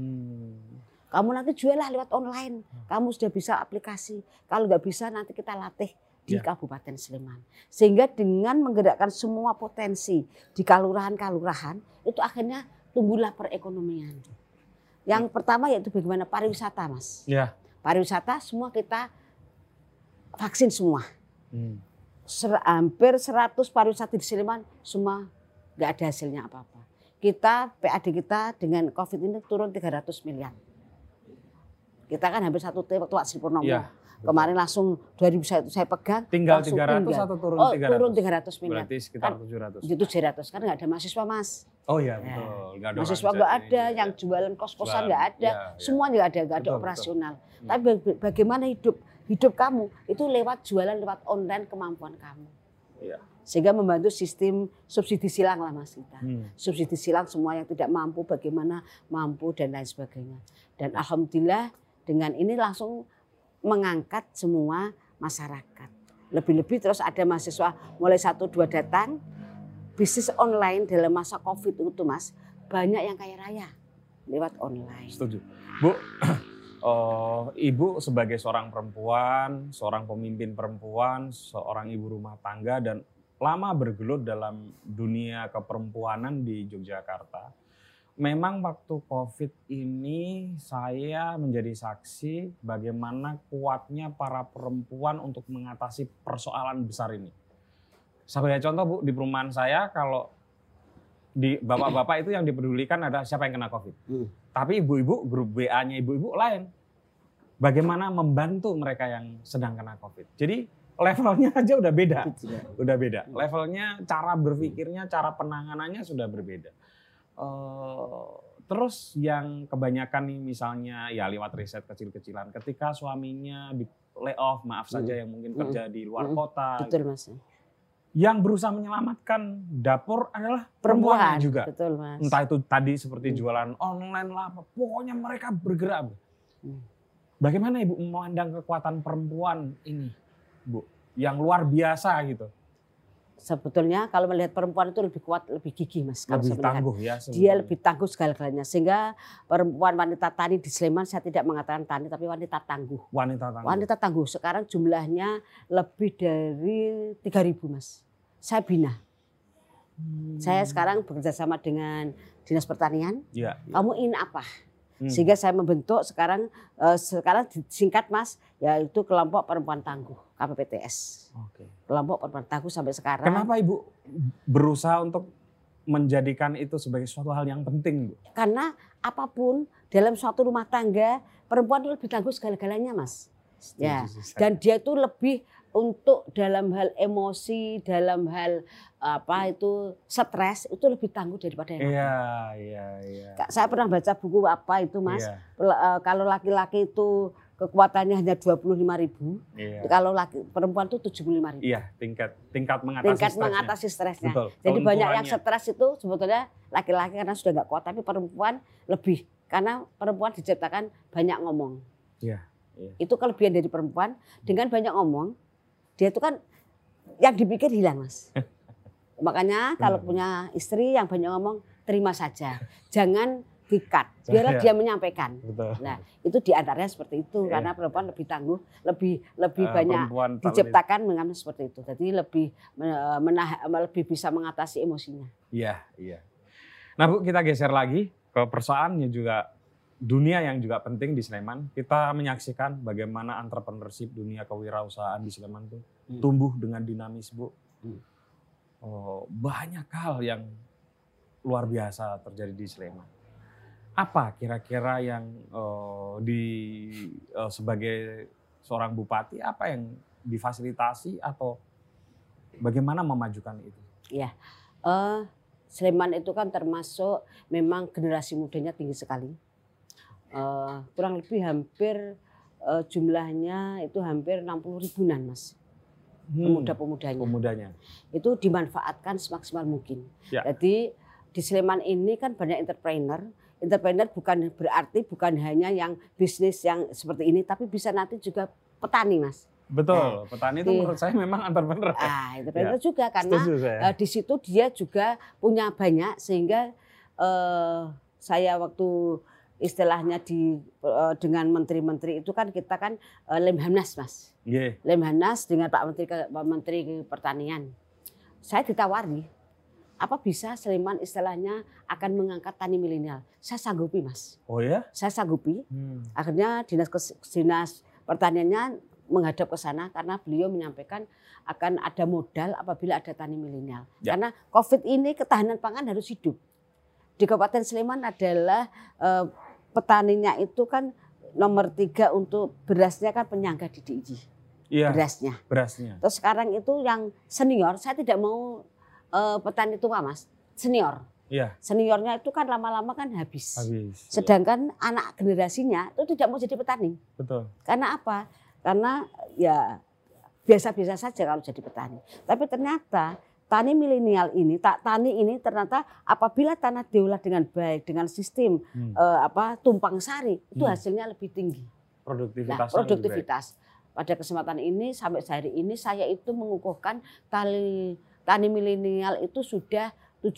Kamu nanti jual lah lewat online. Kamu sudah bisa aplikasi. Kalau nggak bisa nanti kita latih di Kabupaten Sleman. Sehingga dengan menggerakkan semua potensi di kalurahan-kalurahan itu akhirnya tumbuhlah perekonomian. Yang pertama yaitu bagaimana pariwisata, Mas. Pariwisata semua kita vaksin semua. Hampir 100 pariwisata di Sleman semua nggak ada hasilnya apa-apa. PAD kita dengan COVID ini turun 300 miliar. Kita kan hampir 1 tahun waktu Pak Sri Purnomo. Kemarin langsung 2001 saya pegang. Tinggal 300 atau turun 300? Turun 300 miliar. Berarti sekitar 700. Itu 700 kan nggak ada mahasiswa, Mas. Oh iya betul. Gak ada mahasiswa nggak ada, yang jualan kos-kosan nggak ada, semua nggak ada operasional. Tapi bagaimana hidup kamu itu lewat jualan, lewat online kemampuan kamu. Sehingga membantu sistem subsidi silang lah, Mas kita. Subsidi silang semua yang tidak mampu bagaimana mampu dan lain sebagainya. Dan alhamdulillah dengan ini langsung mengangkat semua masyarakat. Lebih-lebih terus ada mahasiswa mulai 1-2 datang, bisnis online dalam masa COVID itu, Mas, banyak yang kaya raya lewat online. Setuju. Bu, Ibu sebagai seorang perempuan, seorang pemimpin perempuan, seorang ibu rumah tangga dan lama bergelut dalam dunia keperempuanan di Yogyakarta. Memang waktu COVID ini saya menjadi saksi bagaimana kuatnya para perempuan untuk mengatasi persoalan besar ini. Sebagai contoh Bu, di perumahan saya kalau di bapak-bapak itu yang dipedulikan adalah siapa yang kena COVID. Tapi ibu-ibu, grup WA-nya ibu-ibu lain. Bagaimana membantu mereka yang sedang kena COVID. Jadi levelnya aja udah beda. Udah beda. Levelnya, cara berpikirnya, cara penanganannya sudah berbeda. Terus yang kebanyakan nih misalnya ya lewat riset kecil-kecilan ketika suaminya di layoff, maaf saja yang mungkin kerja di luar kota. Betul, Mas. Yang berusaha menyelamatkan dapur adalah perempuan juga. Betul, Mas. Entah itu tadi seperti jualan online lah, pokoknya mereka bergerak. Bagaimana Ibu memandang kekuatan perempuan ini, Bu? Yang luar biasa gitu. Sebetulnya kalau melihat perempuan itu lebih kuat, lebih gigih, Mas. Lebih tangguh ya. Dia lebih tangguh segala-galanya. Sehingga perempuan wanita tani di Sleman saya tidak mengatakan tani tapi wanita tangguh. Wanita tangguh. Sekarang jumlahnya lebih dari 3.000, Mas. Saya bina. Saya sekarang bekerja sama dengan Dinas Pertanian. Kamu ingin apa? Sehingga saya membentuk sekarang disingkat, Mas, yaitu kelompok perempuan tangguh KPPTS. Kelompok perempuan tangguh sampai sekarang. Kenapa Ibu berusaha untuk menjadikan itu sebagai suatu hal yang penting, Bu? Karena apapun dalam suatu rumah tangga perempuan itu lebih tangguh segala-galanya, Mas. Ya. Dan dia itu lebih untuk dalam hal emosi, dalam hal stres itu lebih tangguh daripada yang lain. Saya pernah baca buku apa itu, Mas. Kalau laki-laki itu kekuatannya hanya 25.000, kalau perempuan itu 75.000. Iya, tingkat mengatasi stresnya. Jadi banyak yang stres itu sebetulnya laki-laki karena sudah nggak kuat, tapi perempuan lebih karena perempuan diciptakan banyak ngomong. Itu kelebihan dari perempuan dengan banyak ngomong. Dia itu kan yang dipikir hilang, Mas. Makanya kalau punya istri yang banyak ngomong, terima saja. Jangan dikat, biarlah dia menyampaikan. Nah, itu diantaranya seperti itu. Karena perempuan lebih tangguh, lebih banyak diciptakan mengambil seperti itu. Jadi lebih bisa mengatasi emosinya. Nah Bu, kita geser lagi. kepersaannya juga dunia yang juga penting di Sleman. Kita menyaksikan bagaimana entrepreneurship, dunia kewirausahaan di Sleman itu tumbuh dengan dinamis, Bu. Banyak hal yang luar biasa terjadi di Sleman. Apa kira-kira yang sebagai seorang bupati, apa yang difasilitasi atau bagaimana memajukan itu? Ya, Sleman itu kan termasuk memang generasi mudanya tinggi sekali. Kurang lebih hampir jumlahnya itu hampir 60 ribuan, Mas. Pemudanya. Itu dimanfaatkan semaksimal mungkin. Ya. Jadi di Sleman ini kan banyak entrepreneur. Entrepreneur bukan hanya yang bisnis yang seperti ini, tapi bisa nanti juga petani, Mas. Betul, petani itu menurut saya memang entrepreneur. Entrepreneur juga karena di situ dia juga punya banyak, sehingga saya waktu istilahnya dengan menteri-menteri itu kan kita kan Lemhanas, Mas. Yeah. Lemhanas dengan Pak Menteri Pertanian. Saya ditawari, apa bisa Sleman istilahnya akan mengangkat tani milenial. Saya sanggupi, Mas. Oh ya? Saya sanggupi. Akhirnya dinas pertaniannya menghadap ke sana karena beliau menyampaikan akan ada modal apabila ada tani milenial. Ya. Karena COVID ini ketahanan pangan harus hidup. Di Kabupaten Sleman adalah petaninya itu kan nomor 3 untuk berasnya kan penyangga di DIY. Iya, berasnya. Terus sekarang itu yang senior, saya tidak mau petani tua, Mas, senior. Iya. Seniornya itu kan lama-lama kan habis. Sedangkan anak generasinya itu tidak mau jadi petani. Betul. Karena apa? Karena ya biasa-biasa saja kalau jadi petani. Tapi ternyata tani milenial ini, tani ini ternyata apabila tanah diolah dengan baik, dengan sistem tumpang sari, itu hasilnya lebih tinggi. Produktivitas. Pada kesempatan ini sampai sehari ini saya itu mengukuhkan tani milenial itu sudah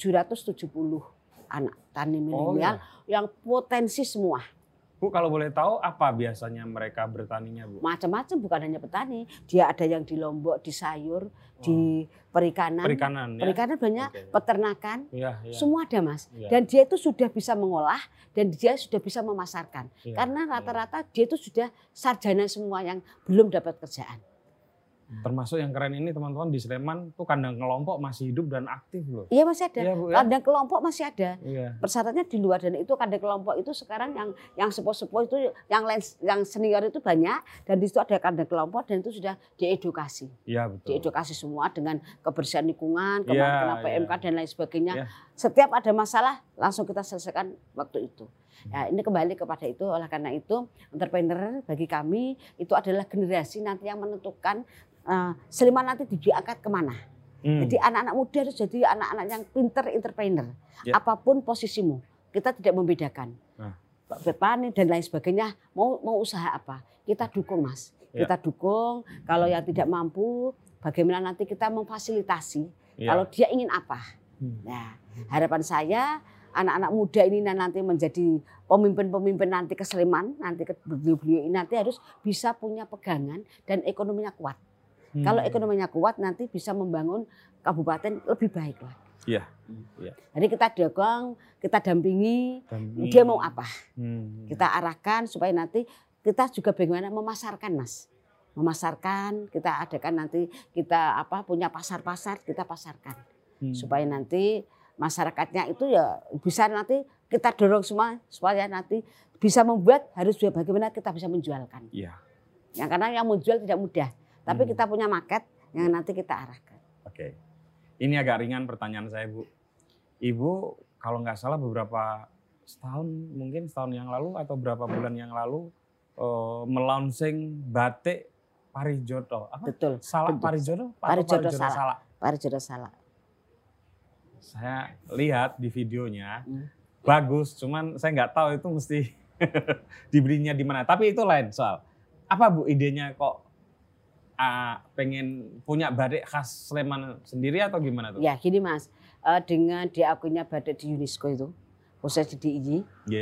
770 anak tani milenial yang potensi semua. Bu, kalau boleh tahu apa biasanya mereka bertaninya, Bu? Macam-macam, bukan hanya petani. Dia ada yang di Lombok, di sayur, di perikanan. Perikanan banyak, peternakan. Ya. Semua ada, Mas. Ya. Dan dia itu sudah bisa mengolah dan dia sudah bisa memasarkan. Ya. Karena rata-rata dia itu sudah sarjana semua yang belum dapat kerjaan. Termasuk yang keren ini teman-teman di Sleman tuh kandang kelompok masih hidup dan aktif loh. Iya masih ada. Iya, Bu, ya? Kandang kelompok masih ada. Iya. Persyaratannya di luar dan itu kandang kelompok itu sekarang yang sepuh-sepuh itu yang senior itu banyak dan di situ ada kandang kelompok dan itu sudah diedukasi. Iya betul. Diedukasi semua dengan kebersihan lingkungan, kena PMK dan lain sebagainya. Ya. Setiap ada masalah langsung kita selesaikan waktu itu. Ya, ini kembali kepada itu, oleh karena itu entrepreneur bagi kami itu adalah generasi nanti yang menentukan Sleman nanti diangkat kemana. Jadi anak-anak muda harus jadi anak-anak yang pinter entrepreneur. Ya. Apapun posisimu, kita tidak membedakan. Petani dan lain sebagainya, mau usaha apa, kita dukung, Mas. Ya. Kita dukung, kalau yang tidak mampu, bagaimana nanti kita memfasilitasi, kalau dia ingin apa. Nah, harapan saya anak-anak muda ini nanti menjadi pemimpin-pemimpin nanti ke Sleman, nanti ke beliau-beliau ini nanti harus bisa punya pegangan dan ekonominya kuat. Kalau ekonominya kuat nanti bisa membangun kabupaten lebih baik lagi. Iya. Jadi kita dukung, kita dampingi, dia mau apa. Kita arahkan supaya nanti kita juga bagaimana memasarkan, Mas. Memasarkan, kita adakan nanti kita punya pasar-pasar, kita pasarkan. Supaya nanti masyarakatnya itu ya bisa nanti kita dorong semua supaya nanti bisa membuat harus bagaimana kita bisa menjualkan. Iya. Yang karena yang menjual tidak mudah. Tapi kita punya market yang nanti kita arahkan. Oke. Ini agak ringan pertanyaan saya, Bu. Ibu kalau nggak salah beberapa setahun yang lalu atau berapa bulan yang lalu melaunching batik Parijodo. Betul. Parijodo? Parijodo Salak. Parijodo Salak. Saya lihat di videonya bagus, cuman saya nggak tahu itu mesti dibelinya di mana. Tapi itu lain soal. Apa, Bu, idenya kok pengen punya batik khas Sleman sendiri atau gimana tuh? Ya gini, Mas, dengan diakuinya batik di UNESCO itu, khusus di DIY,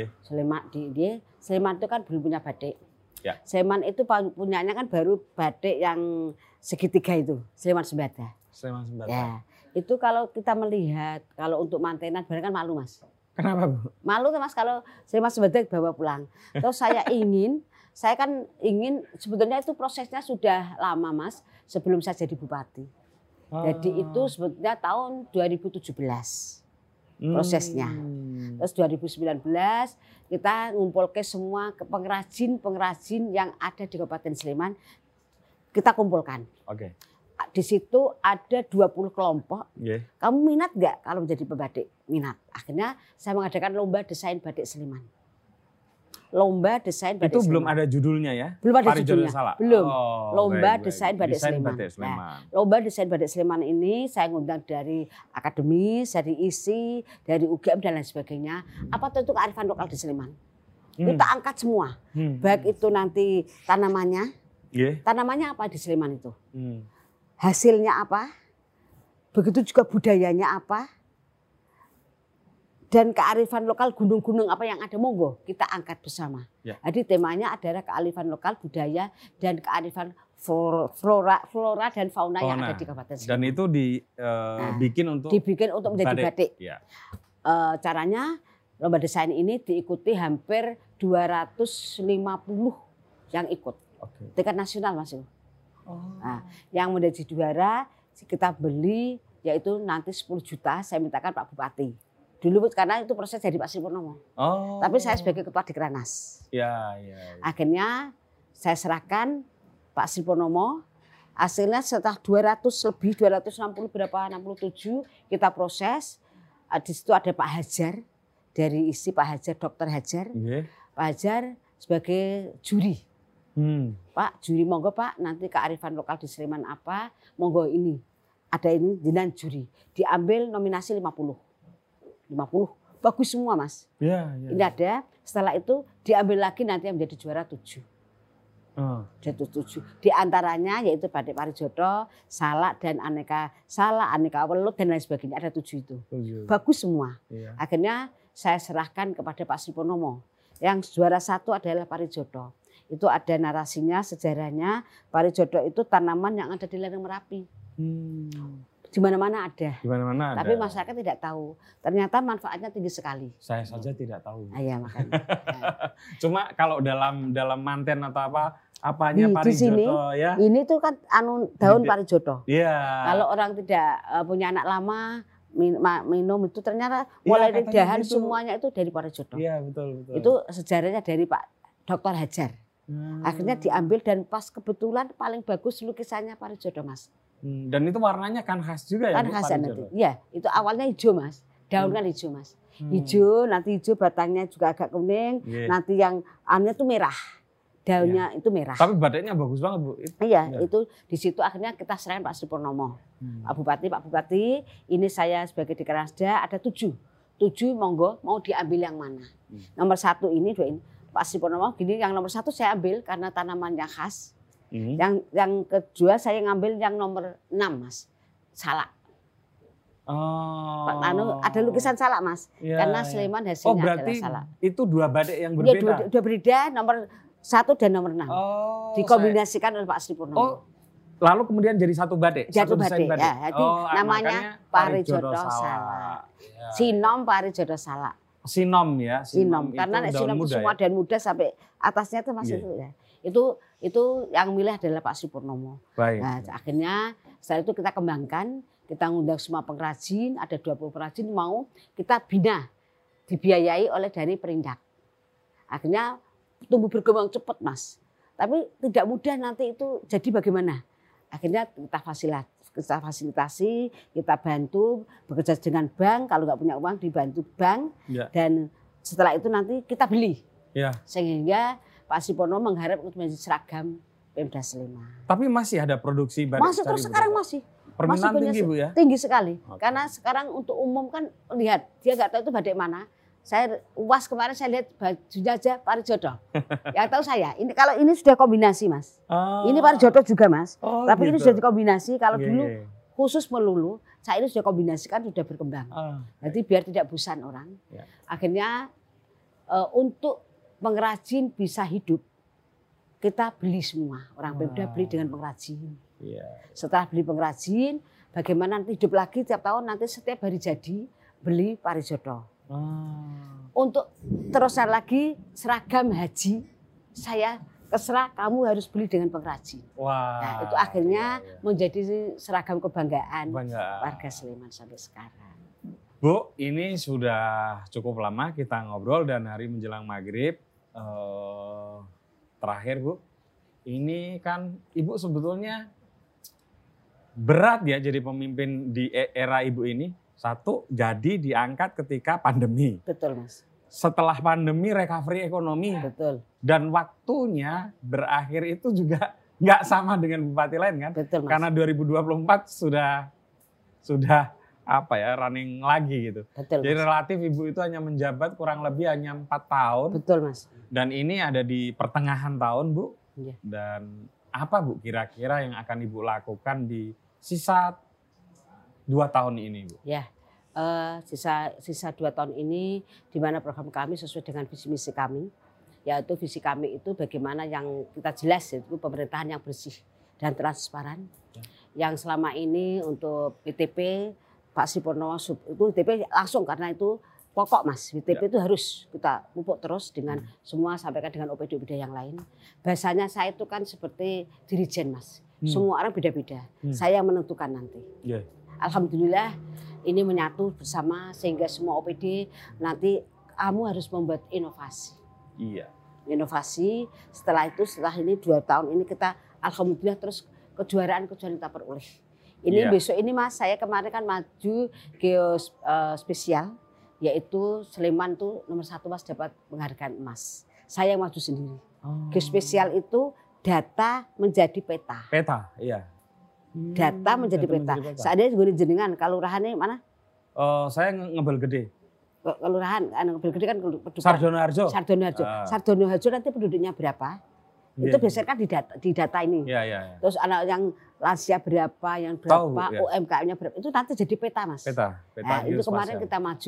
Sleman itu kan belum punya batik. Ya. Sleman itu punyanya kan baru batik yang segitiga itu, Sleman Sembada. Sleman Sembada. Ya, itu kalau kita melihat, kalau untuk mantenan barang kan malu, Mas. Kenapa, Bu? Malu kan Mas kalau Seniman Sumbawa bawa pulang. Terus saya kan ingin sebetulnya itu prosesnya sudah lama Mas, sebelum saya jadi bupati. Jadi itu sebetulnya tahun 2017 prosesnya. Terus 2019 kita ngumpul ke semua pengrajin yang ada di Kabupaten Sleman, kita kumpulkan. Oke. Di situ ada 20 kelompok. Yeah. Kamu minat nggak kalau menjadi pembatik? Minat. Akhirnya saya mengadakan lomba desain batik Sleman. Lomba desain batik Itu Sleman. belum ada judulnya ya? Belum ada Parijoto judulnya. Salak. Belum. Oh, Lomba baik. desain batik Sleman. Nah, lomba desain batik Sleman ini saya ngundang dari akademis, dari ISI, dari UGM dan lain sebagainya. Apa itu kearifan lokal di Sleman? Kita angkat semua. Baik itu nanti tanamannya. Yeah. Tanamannya apa di Sleman itu? Hasilnya apa? Begitu juga budayanya apa? Dan kearifan lokal gunung-gunung apa yang ada, monggo kita angkat bersama. Ya. Jadi temanya adalah kearifan lokal, budaya dan kearifan flora dan fauna yang ada di Kabupaten Sleman. Dan itu dibikin untuk menjadi batik. Ya. Caranya lomba desain ini diikuti hampir 250 yang ikut. Tingkat nasional Mas. Nah, yang menjadi juara kita beli yaitu nanti 10 juta saya mintakan Pak Bupati. Dulu karena itu proses dari Pak Sri Purnomo. Tapi saya sebagai ketua Dikranas. Ya. Akhirnya saya serahkan Pak Sri Purnomo. Hasilnya setelah 260 berapa 67 kita proses. Di situ ada Pak Hajar dari ISI, Pak Hajar, Dr. Hajar. Yeah. Pak Hajar sebagai juri. Pak, juri monggo Pak, nanti kearifan lokal di Sleman apa, monggo ini. Ada ini jenengan juri. Diambil nominasi 50. Bagus semua Mas. Yeah. Ini ada, setelah itu diambil lagi nanti yang menjadi juara 7. Jatuh 7. Di antaranya yaitu batik Parijoto, salak dan aneka welut dan lain sebagainya. Ada 7 itu. Bagus semua. Yeah. Akhirnya saya serahkan kepada Pak Sri Purnomo. Yang juara 1 adalah Parijoto. Itu ada narasinya, sejarahnya. Parijoto itu tanaman yang ada di lereng Merapi. Di mana-mana ada. Tapi masyarakat tidak tahu. Ternyata manfaatnya tinggi sekali. Saya saja tidak tahu. Iya makanya. Cuma kalau dalam manten atau apanya Parijoto ya. Ini tuh kan daun Parijoto. Iya. Kalau orang tidak punya anak lama minum itu ternyata mulai dari dahan semuanya itu dari Parijoto. Iya betul. Itu sejarahnya dari Pak Dr. Hajar. Akhirnya diambil dan pas kebetulan paling bagus lukisannya Parijoto Mas. Dan itu warnanya kan khas juga ya? Kan khas nanti. Ya, itu awalnya hijau Mas. Daun kan hijau Mas. Hijau, nanti hijau batangnya juga agak kuning. Nanti yang annya tuh merah. Daunnya itu merah. Tapi batiknya bagus banget Bu. Iya, itu di situ akhirnya kita serahkan Pak Sri Purnomo. Pak Bupati, ini saya sebagai Dikrasda ada 7. 7 monggo mau diambil yang mana. Nomor 1 ini, 2 ini. Pak Sri Purnomo gini, yang nomor 1 saya ambil karena tanamannya khas. Yang kedua saya ngambil yang nomor 6 Mas, salak. Ada lukisan salak Mas, karena Sleman hasilnya adalah salak. Itu 2 batik yang berbeda? Dua berbeda, nomor 1 dan nomor 6. Dikombinasikan oleh Pak Sri Purnomo. Lalu kemudian jadi satu batik? Satu batik. Ya, jadi namanya Parijoto Salak. Sinom Parijoto Salak. Sinom ya. Sinom karena sinom itu semua daun muda sampai atasnya itu masih itu ya. Itu yang milih adalah Pak Sri Purnomo. Baik. Nah, akhirnya setelah itu kita kembangkan, kita ngundang semua pengrajin, ada 20 pengrajin mau kita bina, dibiayai oleh dari Perindak. Akhirnya tumbuh berkembang cepat Mas. Tapi tidak mudah nanti itu jadi bagaimana? Akhirnya kita fasilitasi, kita bantu bekerja dengan bank. Kalau nggak punya uang dibantu bank. Ya. Dan setelah itu nanti kita beli. Ya. Sehingga Pak Sri Purnomo mengharap untuk menjadi seragam Pemda Sleman. Tapi masih ada produksi batik? Masih terus sekarang masih. Permintaan tinggi Bu ya? Tinggi sekali. Okay. Karena sekarang untuk umum kan lihat dia nggak tahu itu batik mana. Saya UAS kemarin saya lihat bajunya aja Parijoto. Yang tahu saya, ini kalau ini sudah kombinasi Mas. Ini Parijoto juga Mas. Tapi gitu. Ini sudah dikombinasi. Kalau dulu khusus melulu, saya ini sudah kombinasikan sudah berkembang. Jadi biar tidak bosan orang. Akhirnya untuk pengrajin bisa hidup, kita beli semua. Orang Pemda beli dengan pengrajin. Setelah beli pengrajin, bagaimana nanti hidup lagi tiap tahun nanti setiap hari jadi beli Parijoto. Untuk terusan lagi seragam haji, saya terserah kamu harus beli dengan pengrajin. Wah. Nah, itu akhirnya menjadi seragam kebanggaan warga Sleman sampai sekarang. Bu, ini sudah cukup lama kita ngobrol dan hari menjelang maghrib. Terakhir Bu, ini kan Ibu sebetulnya berat ya jadi pemimpin di era Ibu ini. Satu, jadi diangkat ketika pandemi. Betul Mas. Setelah pandemi recovery ekonomi. Betul. Dan waktunya berakhir itu juga nggak sama dengan bupati lain kan? Betul Mas. Karena 2024 sudah running lagi gitu. Betul, jadi Mas. relatif Ibu itu hanya menjabat kurang lebih hanya 4 tahun. Betul Mas. Dan ini ada di pertengahan tahun Bu. Iya. Dan apa Bu kira-kira yang akan Ibu lakukan di sisa 2 tahun ini Bu? Ya, sisa 2 tahun ini di mana program kami sesuai dengan visi misi kami, yaitu visi kami itu bagaimana yang kita jelas yaitu pemerintahan yang bersih dan transparan. Yang selama ini untuk BTP Pak Sri Purnomo itu BTP langsung karena itu pokok Mas. BTP itu harus kita pupuk terus dengan semua sampaikan dengan OPD-OPD yang lain. Bahasanya saya itu kan seperti dirijen Mas. Semua orang beda-beda. Saya yang menentukan nanti. Alhamdulillah ini menyatu bersama sehingga semua OPD nanti kamu harus membuat inovasi. Iya. Inovasi setelah ini 2 tahun ini kita alhamdulillah terus kejuaraan kita peroleh. Ini besok ini Mas, saya kemarin kan maju spesial yaitu Sleman tuh nomor 1 Mas dapat penghargaan emas. Saya yang maju sendiri. Spesial itu data menjadi peta. Peta, iya. Data menjadi peta. Seadanya gue jenengan, kelurahannya mana? Saya Ngebel Gede. Kelurahan, Ngebel Gede kan Sardono Harjo. Sardono Harjo nanti penduduknya berapa? Itu biasanya kan di data ini. Iya. Terus anak yang lansia berapa, yang berapa, UMKM-nya berapa. Itu nanti jadi peta Mas. Peta nah, itu kemarin kita maju.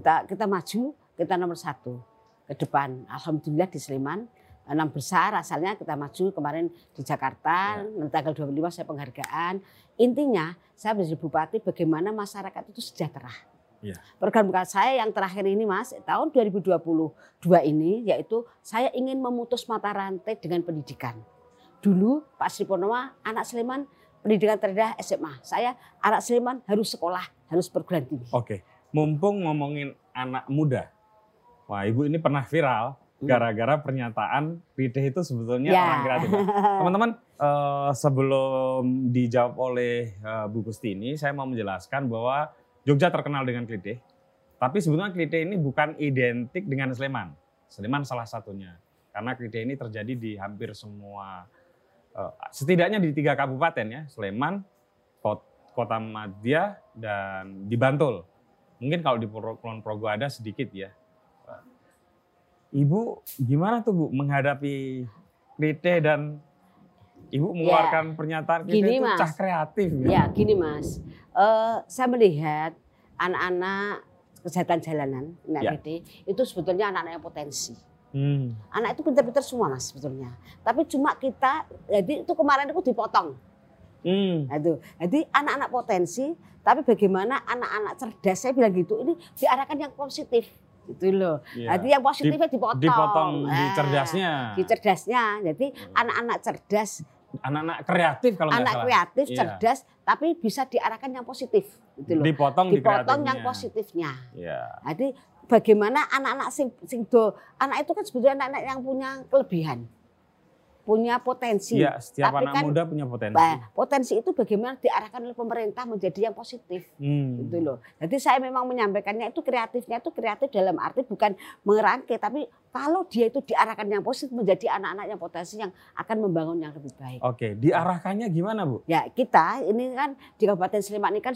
Kita nomor 1 ke depan. Alhamdulillah di Sleman. 6 besar asalnya kita maju kemarin di Jakarta, nanti tanggal 25 saya penghargaan. Intinya saya menjadi bupati bagaimana masyarakat itu sejahtera. Program saya yang terakhir ini Mas, tahun 2022 ini yaitu saya ingin memutus mata rantai dengan pendidikan. Dulu Pak Sri Purnomo anak Sleman pendidikan terendah SMA. Saya anak Sleman harus sekolah, harus perguruan tinggi. Oke, mumpung ngomongin anak muda. Wah, Ibu ini pernah viral. Gara-gara pernyataan Rideh itu sebetulnya orang kreatif. Teman-teman, sebelum dijawab oleh Bu Gustini, saya mau menjelaskan bahwa Jogja terkenal dengan Klideh. Tapi sebetulnya Klideh ini bukan identik dengan Sleman. Sleman salah satunya. Karena Klideh ini terjadi di hampir semua, setidaknya di 3 kabupaten ya. Sleman, Kota Madia, dan di Bantul. Mungkin kalau di Kulon Progo ada sedikit ya. Ibu gimana tuh Bu menghadapi Klideh dan Ibu mengeluarkan pernyataan Klideh itu cah kreatif. Ya gini Mas, saya melihat anak-anak kesehatan jalanan, Klideh itu sebetulnya anak-anak yang potensi. Anak itu pintar-pintar semua Mas sebetulnya. Tapi cuma kita, jadi itu kemarin itu dipotong. Jadi anak-anak potensi, tapi bagaimana anak-anak cerdas, saya bilang gitu, ini diarahkan yang positif. Gitu loh. Jadi yang positifnya dipotong. Di cerdasnya. Di cerdasnya. Jadi anak-anak cerdas. Anak-anak kreatif kalau nggak salah. Anak kreatif, cerdas, tapi bisa diarahkan yang positif. Gitu loh. Dipotong yang positifnya. Jadi bagaimana anak-anak anak itu kan sebetulnya anak-anak yang punya kelebihan. Punya potensi. Ya, setiap tapi anak kan, muda punya potensi. Potensi itu bagaimana diarahkan oleh pemerintah menjadi yang positif. Gitu loh. Jadi saya memang menyampaikannya itu kreatif dalam arti bukan mengerangkit, tapi kalau dia itu diarahkan yang positif menjadi anak-anak yang potensi yang akan membangun yang lebih baik. Oke, diarahkannya gimana Bu? Ya kita ini kan di Kabupaten Sleman ini kan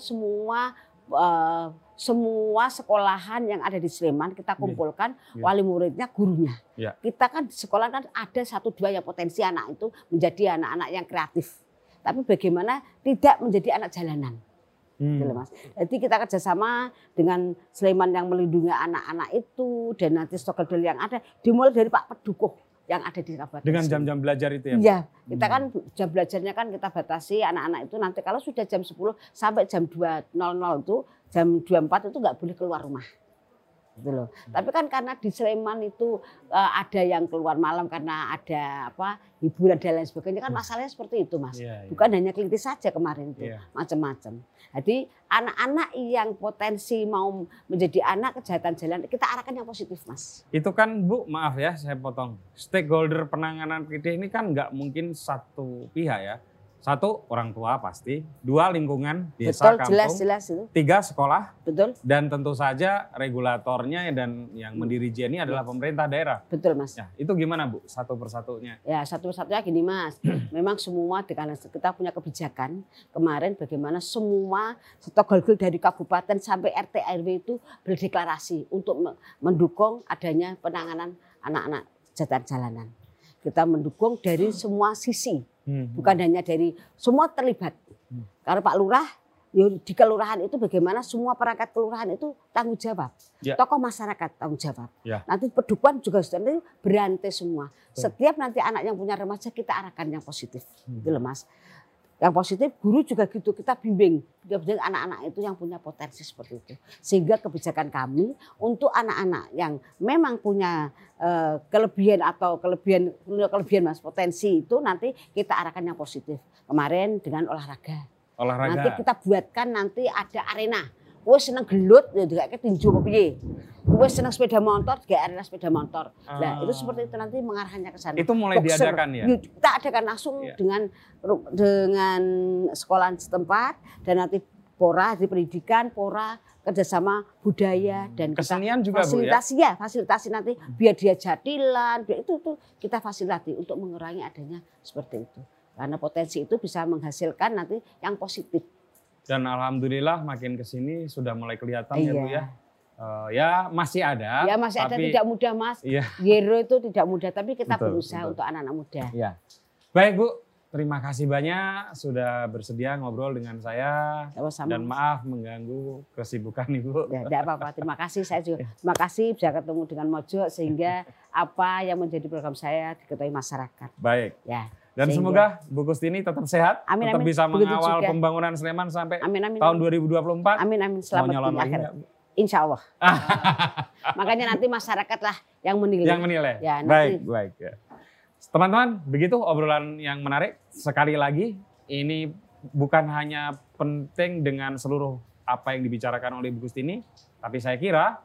semua sekolahan yang ada di Sleman kita kumpulkan wali muridnya, gurunya. Kita kan di sekolah kan ada 1-2 yang potensi anak itu menjadi anak-anak yang kreatif. Tapi bagaimana tidak menjadi anak jalanan. Gitu loh, Mas. Jadi kita kerjasama dengan Sleman yang melindungi anak-anak itu dan nanti stockholder yang ada dimulai dari Pak Pedukuh yang ada di Kabupaten. Dengan jam-jam belajar itu ya? Iya, kita kan jam belajarnya kan kita batasi anak-anak itu nanti kalau sudah jam 10 sampai jam 2.00 itu jam 24 itu nggak boleh keluar rumah. gitu loh. Tapi kan karena di Sleman itu ada yang keluar malam karena ada hiburan dan lain sebagainya, kan masalahnya seperti itu, Mas. Bukan hanya Klintis saja kemarin itu, macam-macam. Jadi anak-anak yang potensi mau menjadi anak kejahatan jalan, kita arahkan yang positif, Mas. Itu kan Bu, maaf ya saya potong. Stakeholder penanganan PID ini kan nggak mungkin satu pihak ya. Satu, orang tua pasti. Dua, lingkungan, desa, betul, kampung. Jelas itu. Tiga, sekolah. Betul. Dan tentu saja regulatornya dan yang mendirinya ini adalah pemerintah daerah. Betul, Mas. Ya, itu gimana Bu, satu persatunya? Ya, satu persatunya gini, Mas. Memang semua karena kita punya kebijakan kemarin bagaimana semua stakeholder dari kabupaten sampai RT RW itu berdeklarasi untuk mendukung adanya penanganan anak-anak kejahatan jalanan. Kita mendukung dari semua sisi. Bukan hanya dari semua terlibat. Karena Pak Lurah di kelurahan itu bagaimana semua perangkat kelurahan itu tanggung jawab. Tokoh masyarakat tanggung jawab. Nanti pedukuhan juga sudah berantai semua. Setiap nanti anak yang punya remaja kita arahkan yang positif. Gitu loh, Mas. Yang positif, guru juga gitu, kita bimbing anak-anak itu yang punya potensi seperti itu. Sehingga kebijakan kami untuk anak-anak yang memang punya kelebihan Mas, potensi itu nanti kita arahkan yang positif. Kemarin dengan olahraga. Nanti kita buatkan nanti ada arena. Wes seneng gelut ya kayak tinju apa piye. Wes seneng sepeda motor kayak arena sepeda motor. Nah, itu seperti itu nanti mengarahnya ke sana. Itu mulai diadakan ya? Kita adakan langsung dengan sekolah setempat dan nanti Pora di pendidikan, Pora kerjasama budaya dan kesenian juga fasilitasi Bu ya? Fasilitasi nanti biar dia jadilan, biar itu kita fasilitasi untuk mengurangi adanya seperti itu. Karena potensi itu bisa menghasilkan nanti yang positif. Dan alhamdulillah makin kesini sudah mulai kelihatan ya Bu ya. Ya masih ada. Ya masih ada, tidak mudah Mas. Zero itu tidak mudah, tapi kita berusaha untuk anak-anak muda. Ya. Baik Bu, terima kasih banyak sudah bersedia ngobrol dengan saya. Sama-sama. Dan maaf mengganggu kesibukan Ibu. Ya, tidak apa-apa, terima kasih. Saya juga terima kasih bisa ketemu dengan Mojo sehingga apa yang menjadi program saya diketahui masyarakat. Baik. Ya. Dan semoga Bu Kustini tetap sehat, tetap bisa mengawal pembangunan Sleman sampai tahun 2024. Amin. Selamat di akhir. Insya Allah. Makanya nanti masyarakatlah yang menilai. Yang menilai. Ya, baik. Ya. Teman-teman, begitu obrolan yang menarik. Sekali lagi, ini bukan hanya penting dengan seluruh apa yang dibicarakan oleh Bu Kustini, tapi saya kira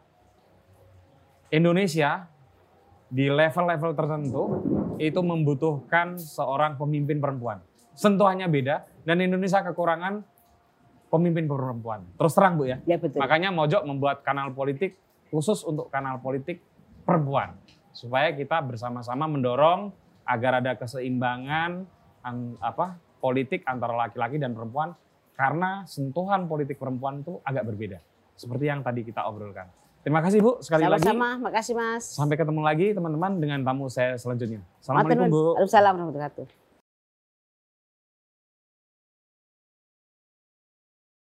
Indonesia di level-level tertentu itu membutuhkan seorang pemimpin perempuan. Sentuhannya beda dan Indonesia kekurangan pemimpin perempuan. Terus terang Bu ya. Ya betul. Makanya Mojok membuat kanal politik khusus untuk kanal politik perempuan. Supaya kita bersama-sama mendorong agar ada keseimbangan politik antara laki-laki dan perempuan karena sentuhan politik perempuan itu agak berbeda. Seperti yang tadi kita obrolkan. Terima kasih Bu sekali lagi. Sama-sama, makasih Mas. Sampai ketemu lagi teman-teman dengan tamu saya selanjutnya. Assalamualaikum Bu. Waalaikumsalam warahmatullahi wabarakatuh.